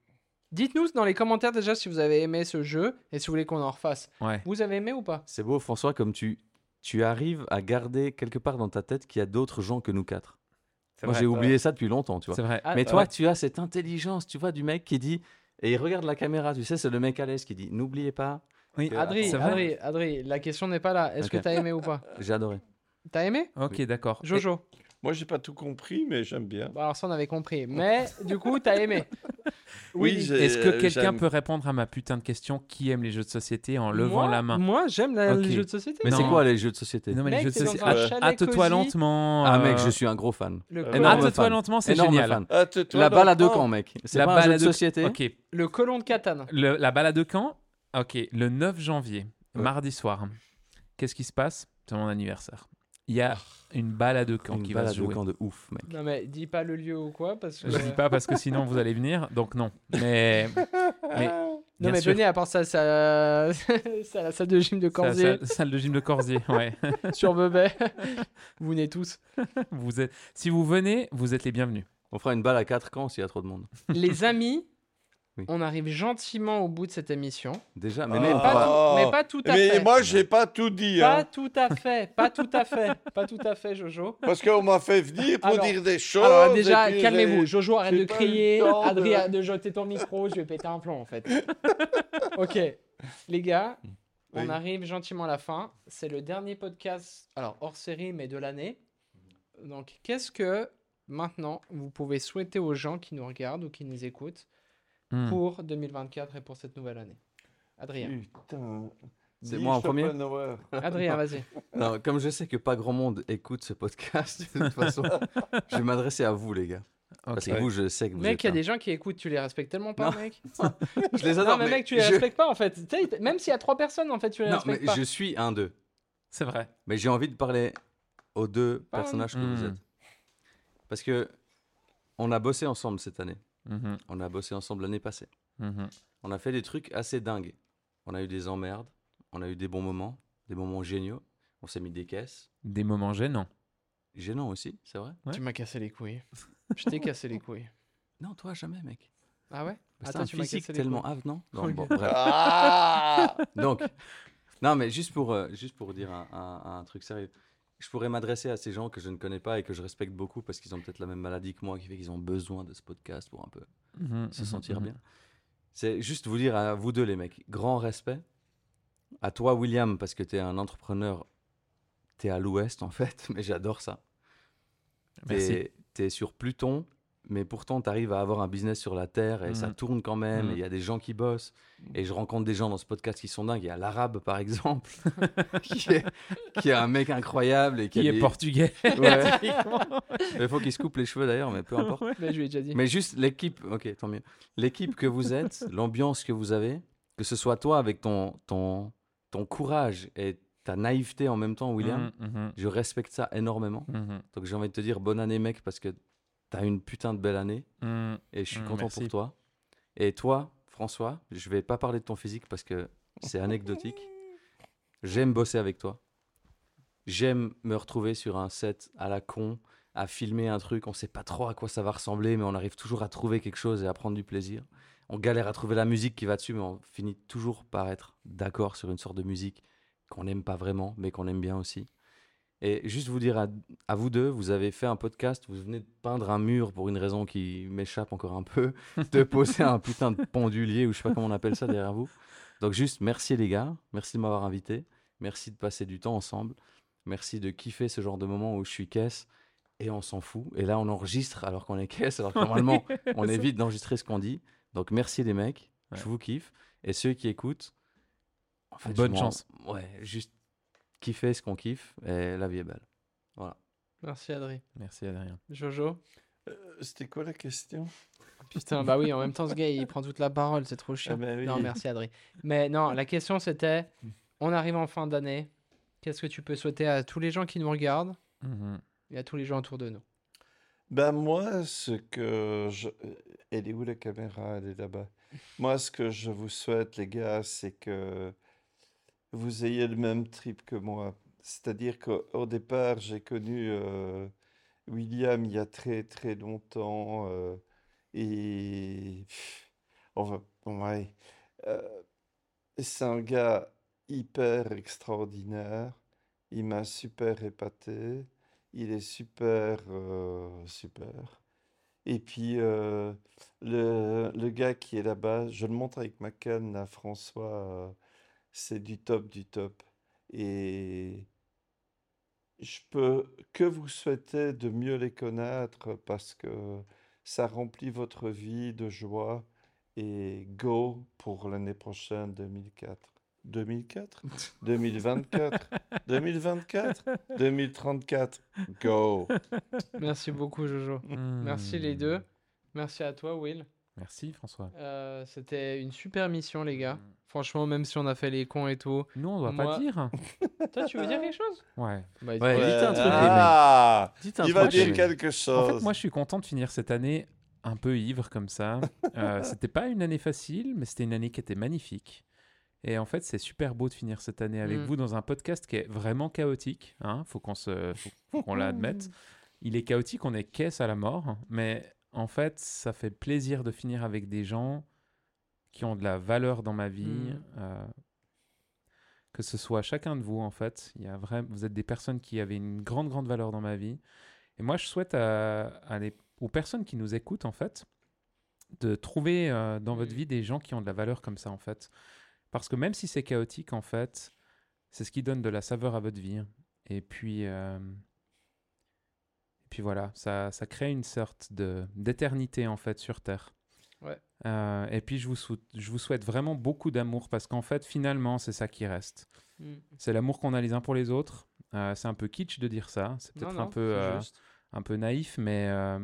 Dites-nous dans les commentaires déjà si vous avez aimé ce jeu et si vous voulez qu'on en refasse. Ouais. Vous avez aimé ou pas? C'est beau, François, comme tu, tu arrives à garder quelque part dans ta tête qu'il y a d'autres gens que nous quatre. C'est Moi, vrai. j'ai oublié ça depuis longtemps, tu vois. C'est vrai. Ah, Mais ouais. toi, tu as cette intelligence, tu vois, du mec qui dit, et il regarde la caméra, tu sais, c'est le mec à l'aise qui dit, n'oubliez pas, Oui. que- Adri, C'est vrai. Adri, Adri, la question n'est pas là. Est-ce Ok. que t'as aimé ou pas? j'ai adoré. T'as aimé? Ok, d'accord. Jojo? Moi, j'ai pas tout compris, mais j'aime bien. Bon, alors ça, on avait compris. Mais du coup, t'as aimé? Oui, Oui. j'ai- Est-ce que euh, quelqu'un j'aime. peut répondre à ma putain de question qui aime les jeux de société en levant Moi- la main? Moi, j'aime la- Ok. les jeux de société. Mais Non. c'est quoi les jeux de société? Non, mais Mec, les jeux de t'es dans société. un Hâte- chalet Hâte-toi cosy. lentement. Ah euh, mec, je suis un gros fan. Le, Euh, colon, Énorme Hâte-toi fan. lentement, c'est Énorme génial. fan. Ah, tais-toi, La balade de lentement. camp, mec. C'est La pas un jeu de balade de- société. Ok. le colon de Catane. Le- la balade de camp. Ok. Le neuf janvier, Ouais. mardi soir. Qu'est-ce qui se passe? C'est mon anniversaire. Il y a une balade de camp Une qui va balade se de jouer. camp de ouf, mec. Non, mais dis pas le lieu ou quoi, parce que. Je dis pas parce que sinon vous allez venir, donc non. Mais, mais Non, bien mais sûr, venez, à part ça, ça... c'est à la salle de gym de sa- Corsier, sa- salle de gym de Corsier, ouais. sur Vevey. Vous venez tous. Vous êtes, si vous venez, vous êtes les bienvenus. On fera une balle à quatre camps s'il y a trop de monde. Les amis, Oui. on arrive gentiment au bout de cette émission. Déjà, mais Ah. même Pas pas. tout- mais pas tout à Mais fait. moi, j'ai pas tout dit. Pas Hein, tout à fait, pas tout à fait, pas tout à fait, Jojo. parce qu'on m'a fait venir pour Alors- dire des choses. Alors déjà, et puis calmez-vous. j'ai- Jojo, arrête j'ai de pas eu crier. le temps de- Adrien, arrête de jeter ton micro. Je vais péter un plomb, en fait. Ok, les gars, on Oui. arrive gentiment à la fin. C'est le dernier podcast, alors hors série, mais de l'année. Donc, qu'est-ce que maintenant vous pouvez souhaiter aux gens qui nous regardent ou qui nous écoutent Hmm. pour deux mille vingt-quatre et pour cette nouvelle année? Adrien, Putain. C'est Dis moi en premier Schopenhauer. Adrien, vas-y. Non, comme je sais que pas grand monde écoute ce podcast, de toute façon, je vais m'adresser à vous, les gars. Parce Ok. que vous, je sais que vous Mec, êtes il y a là. des gens qui écoutent, tu les respectes tellement pas, Non. mec. Je les Non, adore, mais mec, tu les je... respectes pas en fait. Tu sais, même s'il y a trois personnes, en fait, tu les Non, respectes mais pas. je suis un d'eux. C'est vrai. Mais j'ai envie de parler aux deux Parle. personnages que vous Hmm. êtes. Parce que on a bossé ensemble cette année. Mhm, On a bossé ensemble l'année passée. mhm. On a fait des trucs assez dingues. On a eu des emmerdes, on a eu des bons moments, des moments géniaux. On s'est mis des caisses. Des moments gênants. Gênants aussi, c'est vrai? Ouais. Tu m'as cassé les couilles. Je t'ai cassé les couilles. Non, toi, jamais, mec. Ah ouais? C'est Attends, un tu m'as physique cassé les tellement couilles. avenant. Non, Ok. bon, bref. Ah Donc, non, mais juste pour, euh, juste pour dire un, un- un truc sérieux, je pourrais m'adresser à ces gens que je ne connais pas et que je respecte beaucoup parce qu'ils ont peut-être la même maladie que moi, qui fait qu'ils ont besoin de ce podcast pour un peu Mhm, se mhm, sentir mhm. bien. C'est juste vous dire à vous deux, les mecs, grand respect. À toi, William, parce que tu es un entrepreneur, tu es à l'ouest en fait, mais j'adore ça. Merci. Tu es sur Pluton, mais pourtant tu arrives à avoir un business sur la Terre et ça Mhm. tourne quand même, Mhm. et il y a des gens qui bossent. Et je rencontre des gens dans ce podcast qui sont dingues. Il y a l'arabe, par exemple, qui, est, qui est un mec incroyable. Et qui, Qui a est des- portugais. Ouais. typiquement. Il faut qu'il se coupe les cheveux d'ailleurs, mais peu importe. Mais je lui ai déjà dit. Mais juste l'équipe, ok, tant mieux. L'équipe que vous êtes, l'ambiance que vous avez, que ce soit toi avec ton, ton, ton courage et ta naïveté en même temps, William, Mhm, mhm, je respecte ça énormément. mhm, Donc j'ai envie de te dire bonne année, mec, parce que t'as une putain de belle année mhm. et je suis Mm, content merci. pour toi. Et toi, François, je vais pas parler de ton physique parce que c'est anecdotique. J'aime bosser avec toi. J'aime me retrouver sur un set à la con, à filmer un truc. On sait pas trop à quoi ça va ressembler, mais on arrive toujours à trouver quelque chose et à prendre du plaisir. On galère à trouver la musique qui va dessus, mais on finit toujours par être d'accord sur une sorte de musique qu'on n'aime pas vraiment, mais qu'on aime bien aussi. Et juste vous dire à, à vous deux, vous avez fait un podcast, vous venez de peindre un mur pour une raison qui m'échappe encore un peu, de poser un putain de pendulier, ou je sais pas comment on appelle ça derrière vous. Donc juste merci les gars, merci de m'avoir invité, merci de passer du temps ensemble, merci de kiffer ce genre de moment où je suis caisse et on s'en fout. Et là on enregistre alors qu'on est caisse, alors que normalement on évite d'enregistrer ce qu'on dit. Donc merci les mecs, Ouais. je vous kiffe. Et ceux qui écoutent, en fait, Bonne je m'en- chance. Ouais, juste kiffer ce qu'on kiffe et la vie est belle. Voilà. Merci Adrien. Merci Adrien. Jojo. Euh, C'était quoi la question? Putain, bah oui, en même temps, ce gars, il prend toute la parole, c'est trop chiant. Ah ben oui. Non, merci Adrien. Mais non, la question c'était, on arrive en fin d'année, qu'est-ce que tu peux souhaiter à tous les gens qui nous regardent Mhm. et à tous les gens autour de nous? Ben moi, ce que je... Elle est où la caméra? Elle est là-bas. Moi, ce que je vous souhaite, les gars, c'est que vous ayez le même trip que moi. C'est-à-dire qu'au au départ, j'ai connu euh, William il y a très très longtemps euh, et pff, on va, ouais. Euh, c'est un gars hyper extraordinaire. Il m'a super épaté. Il est super, euh, super. Et puis, euh, le, le gars qui est là-bas, je le montre avec ma canne à François, euh, c'est du top du top. Et je peux que vous souhaiter de mieux les connaître parce que ça remplit votre vie de joie. Et go pour l'année prochaine, deux mille quatre. deux mille quatre? deux mille vingt-quatre? deux mille vingt-quatre? deux mille trente-quatre? Go! Merci beaucoup, Jojo. Merci les Hmm. deux. Merci à toi, Will. Merci François. Euh, c'était une super mission, les gars. Hmm. Franchement, même si on a fait les cons et tout. Nous, on doit Moi- pas dire. Toi, tu veux dire quelque chose? Ouais. Bah, il- Ouais, Ouais, dites un truc, ah, Dites un il va truc, dire les mecs. quelque chose. En fait, moi, je suis content de finir cette année un peu ivre comme ça. Euh, c'était pas une année facile, mais c'était une année qui était magnifique. Et en fait, c'est super beau de finir cette année avec Mm. vous dans un podcast qui est vraiment chaotique. Hein, faut qu'on se, faut, faut qu'on l'admette. Il est chaotique, on est caisse à la mort, mais en fait, ça fait plaisir de finir avec des gens qui ont de la valeur dans ma vie. Mm. euh, que ce soit chacun de vous, en fait. Il y a vraiment, vous êtes des personnes qui avaient une grande, grande valeur dans ma vie. Et moi, je souhaite à, à les- aux personnes qui nous écoutent, en fait, de trouver euh, dans votre Mm. vie des gens qui ont de la valeur comme ça, en fait. Parce que même si c'est chaotique, en fait, c'est ce qui donne de la saveur à votre vie. Et puis, euh, et puis voilà, ça, ça crée une sorte de, d'éternité, en fait, sur Terre. Ouais. Euh, et puis, je vous, sou- je vous souhaite vraiment beaucoup d'amour parce qu'en fait, finalement, c'est ça qui reste. Mm. C'est l'amour qu'on a les uns pour les autres. Euh, c'est un peu kitsch de dire ça. C'est Non, peut-être non, un peu, c'est euh, juste. un peu naïf, mais, euh,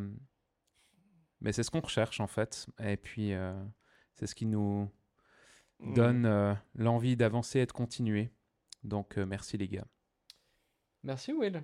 mais c'est ce qu'on recherche en fait. Et puis, euh, c'est ce qui nous Mm. donne euh, l'envie d'avancer et de continuer. Donc, euh, merci les gars. Merci, Will.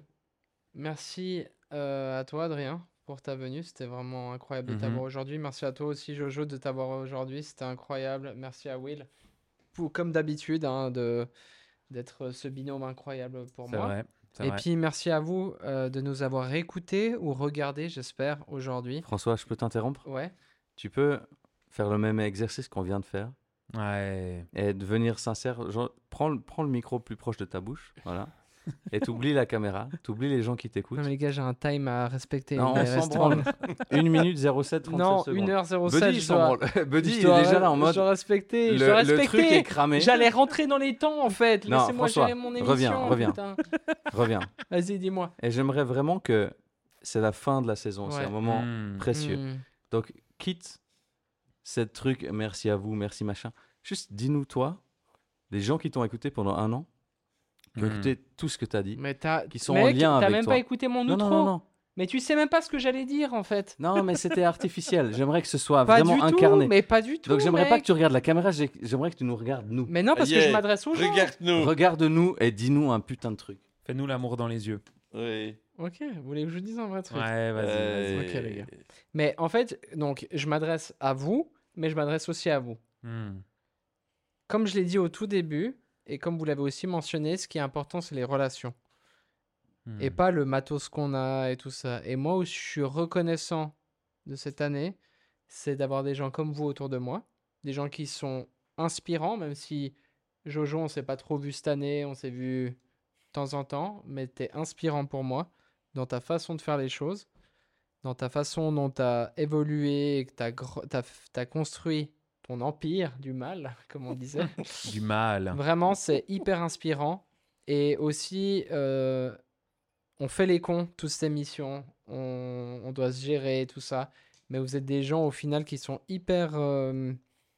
Merci euh, à toi, Adrien, pour ta venue. C'était vraiment incroyable de Mhm. t'avoir aujourd'hui. Merci à toi aussi, Jojo, de t'avoir aujourd'hui. C'était incroyable. Merci à Will, pour, comme d'habitude, hein, de, d'être ce binôme incroyable pour C'est moi. vrai. C'est Et vrai. puis, merci à vous euh, de nous avoir écoutés ou regardés, j'espère, aujourd'hui. François, je peux t'interrompre? Ouais. Tu peux faire le même exercice qu'on vient de faire Ouais. et devenir sincère. Genre, prends, le- prends le micro plus proche de ta bouche, voilà. Et t'oublies la caméra, t'oublies les gens qui t'écoutent. Non, mais les gars, j'ai un time à respecter. Non, Il on me s'en reste branle. trente une minute zéro sept, trente-sept Non, secondes. une heure zéro sept. Buddy, il je s'en dois- branle. Buddy, je il dois- est déjà là en mode. Je dois respecter. je Le, dois le respecter. truc est cramé. J'allais rentrer dans les temps, en fait. Non, Laissez-moi François, gérer mon émission. reviens, reviens. putain. Reviens. Vas-y, dis-moi. Et j'aimerais vraiment que c'est la fin de la saison. C'est Ouais. un moment Hmm. précieux. Hmm. Donc, quitte cette truc, merci à vous, merci machin. Juste dis-nous, toi, les gens qui t'ont écouté pendant un an, qui ont Hmm. écouté tout ce que t'as dit, Mais t'as. qui sont Mec, en lien t'as avec même toi. pas écouté mon Non, outro. non, non, non. Mais tu sais même pas ce que j'allais dire, en fait. Non, mais c'était artificiel. J'aimerais que ce soit Pas vraiment du incarné. tout. Mais pas du tout. Donc, j'aimerais pas mec. que tu regardes la caméra, j'ai- j'aimerais que tu nous regardes, nous. Mais non, parce que Yeah. je m'adresse aux gens. Regarde-nous. Regarde-nous et dis-nous un putain de truc. Fais-nous l'amour dans les yeux. Oui. Ok, vous voulez que je dise un vrai truc? Ouais, vas-y. Euh, vas-y. Ok, les gars. Mais en fait, donc, je m'adresse à vous, mais je m'adresse aussi à vous. Hmm. Comme je l'ai dit au tout début, et comme vous l'avez aussi mentionné, ce qui est important, c'est les relations. Hmm. Et pas le matos qu'on a et tout ça. Et moi, où je suis reconnaissant de cette année, c'est d'avoir des gens comme vous autour de moi. Des gens qui sont inspirants, même si Jojo, on s'est pas trop vu cette année, on s'est vu de temps en temps, mais tu es inspirant pour moi dans ta façon de faire les choses, dans ta façon dont tu as évolué, et que tu as construit ton empire du mal, comme on disait. Du mal. Vraiment, c'est hyper inspirant. Et aussi, euh, on fait les cons, toutes ces missions. On, on doit se gérer, tout ça. Mais vous êtes des gens, au final, qui sont hyper euh,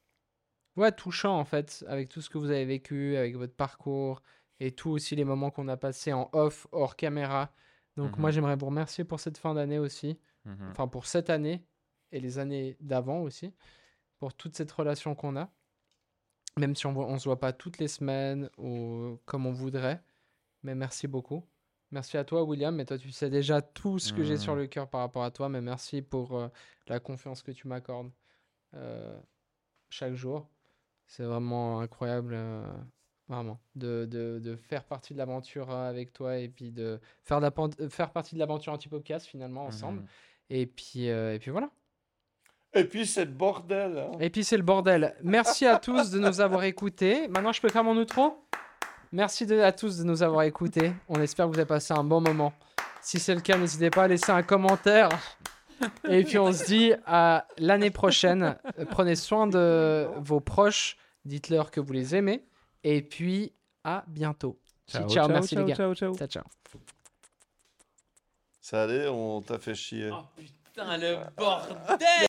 ouais, touchants, en fait, avec tout ce que vous avez vécu, avec votre parcours, et tout aussi les moments qu'on a passés en off, hors caméra. Donc, Mhm. moi, j'aimerais vous remercier pour cette fin d'année aussi. Mhm. Enfin, pour cette année, et les années d'avant aussi. Pour toute cette relation qu'on a. Même si on ne se voit pas toutes les semaines ou comme on voudrait. Mais merci beaucoup. Merci à toi, William. Mais toi, tu sais déjà tout ce que j'ai Mhm. sur le cœur par rapport à toi. Mais merci pour euh, la confiance que tu m'accordes euh, chaque jour. C'est vraiment incroyable, euh, vraiment, de, de, de faire partie de l'aventure euh, avec toi et puis de faire, de la, pan- euh, faire partie de l'aventure anti-podcast finalement ensemble. Mhm. Et puis, euh, et puis voilà. Et puis, c'est le bordel. Hein. Et puis c'est le bordel. Merci à tous de nous avoir écoutés. Maintenant, je peux faire mon outro ? Merci de- à tous de nous avoir écoutés. On espère que vous avez passé un bon moment. Si c'est le cas, n'hésitez pas à laisser un commentaire. Et puis on se dit à l'année prochaine. Euh, Prenez soin de vos proches. Dites-leur que vous les aimez. Et puis à bientôt. Ciao, ciao, merci ciao, les gars. ciao, ciao. Ciao, ciao. Ça allait, on t'a fait chier. Oh putain, le bordel!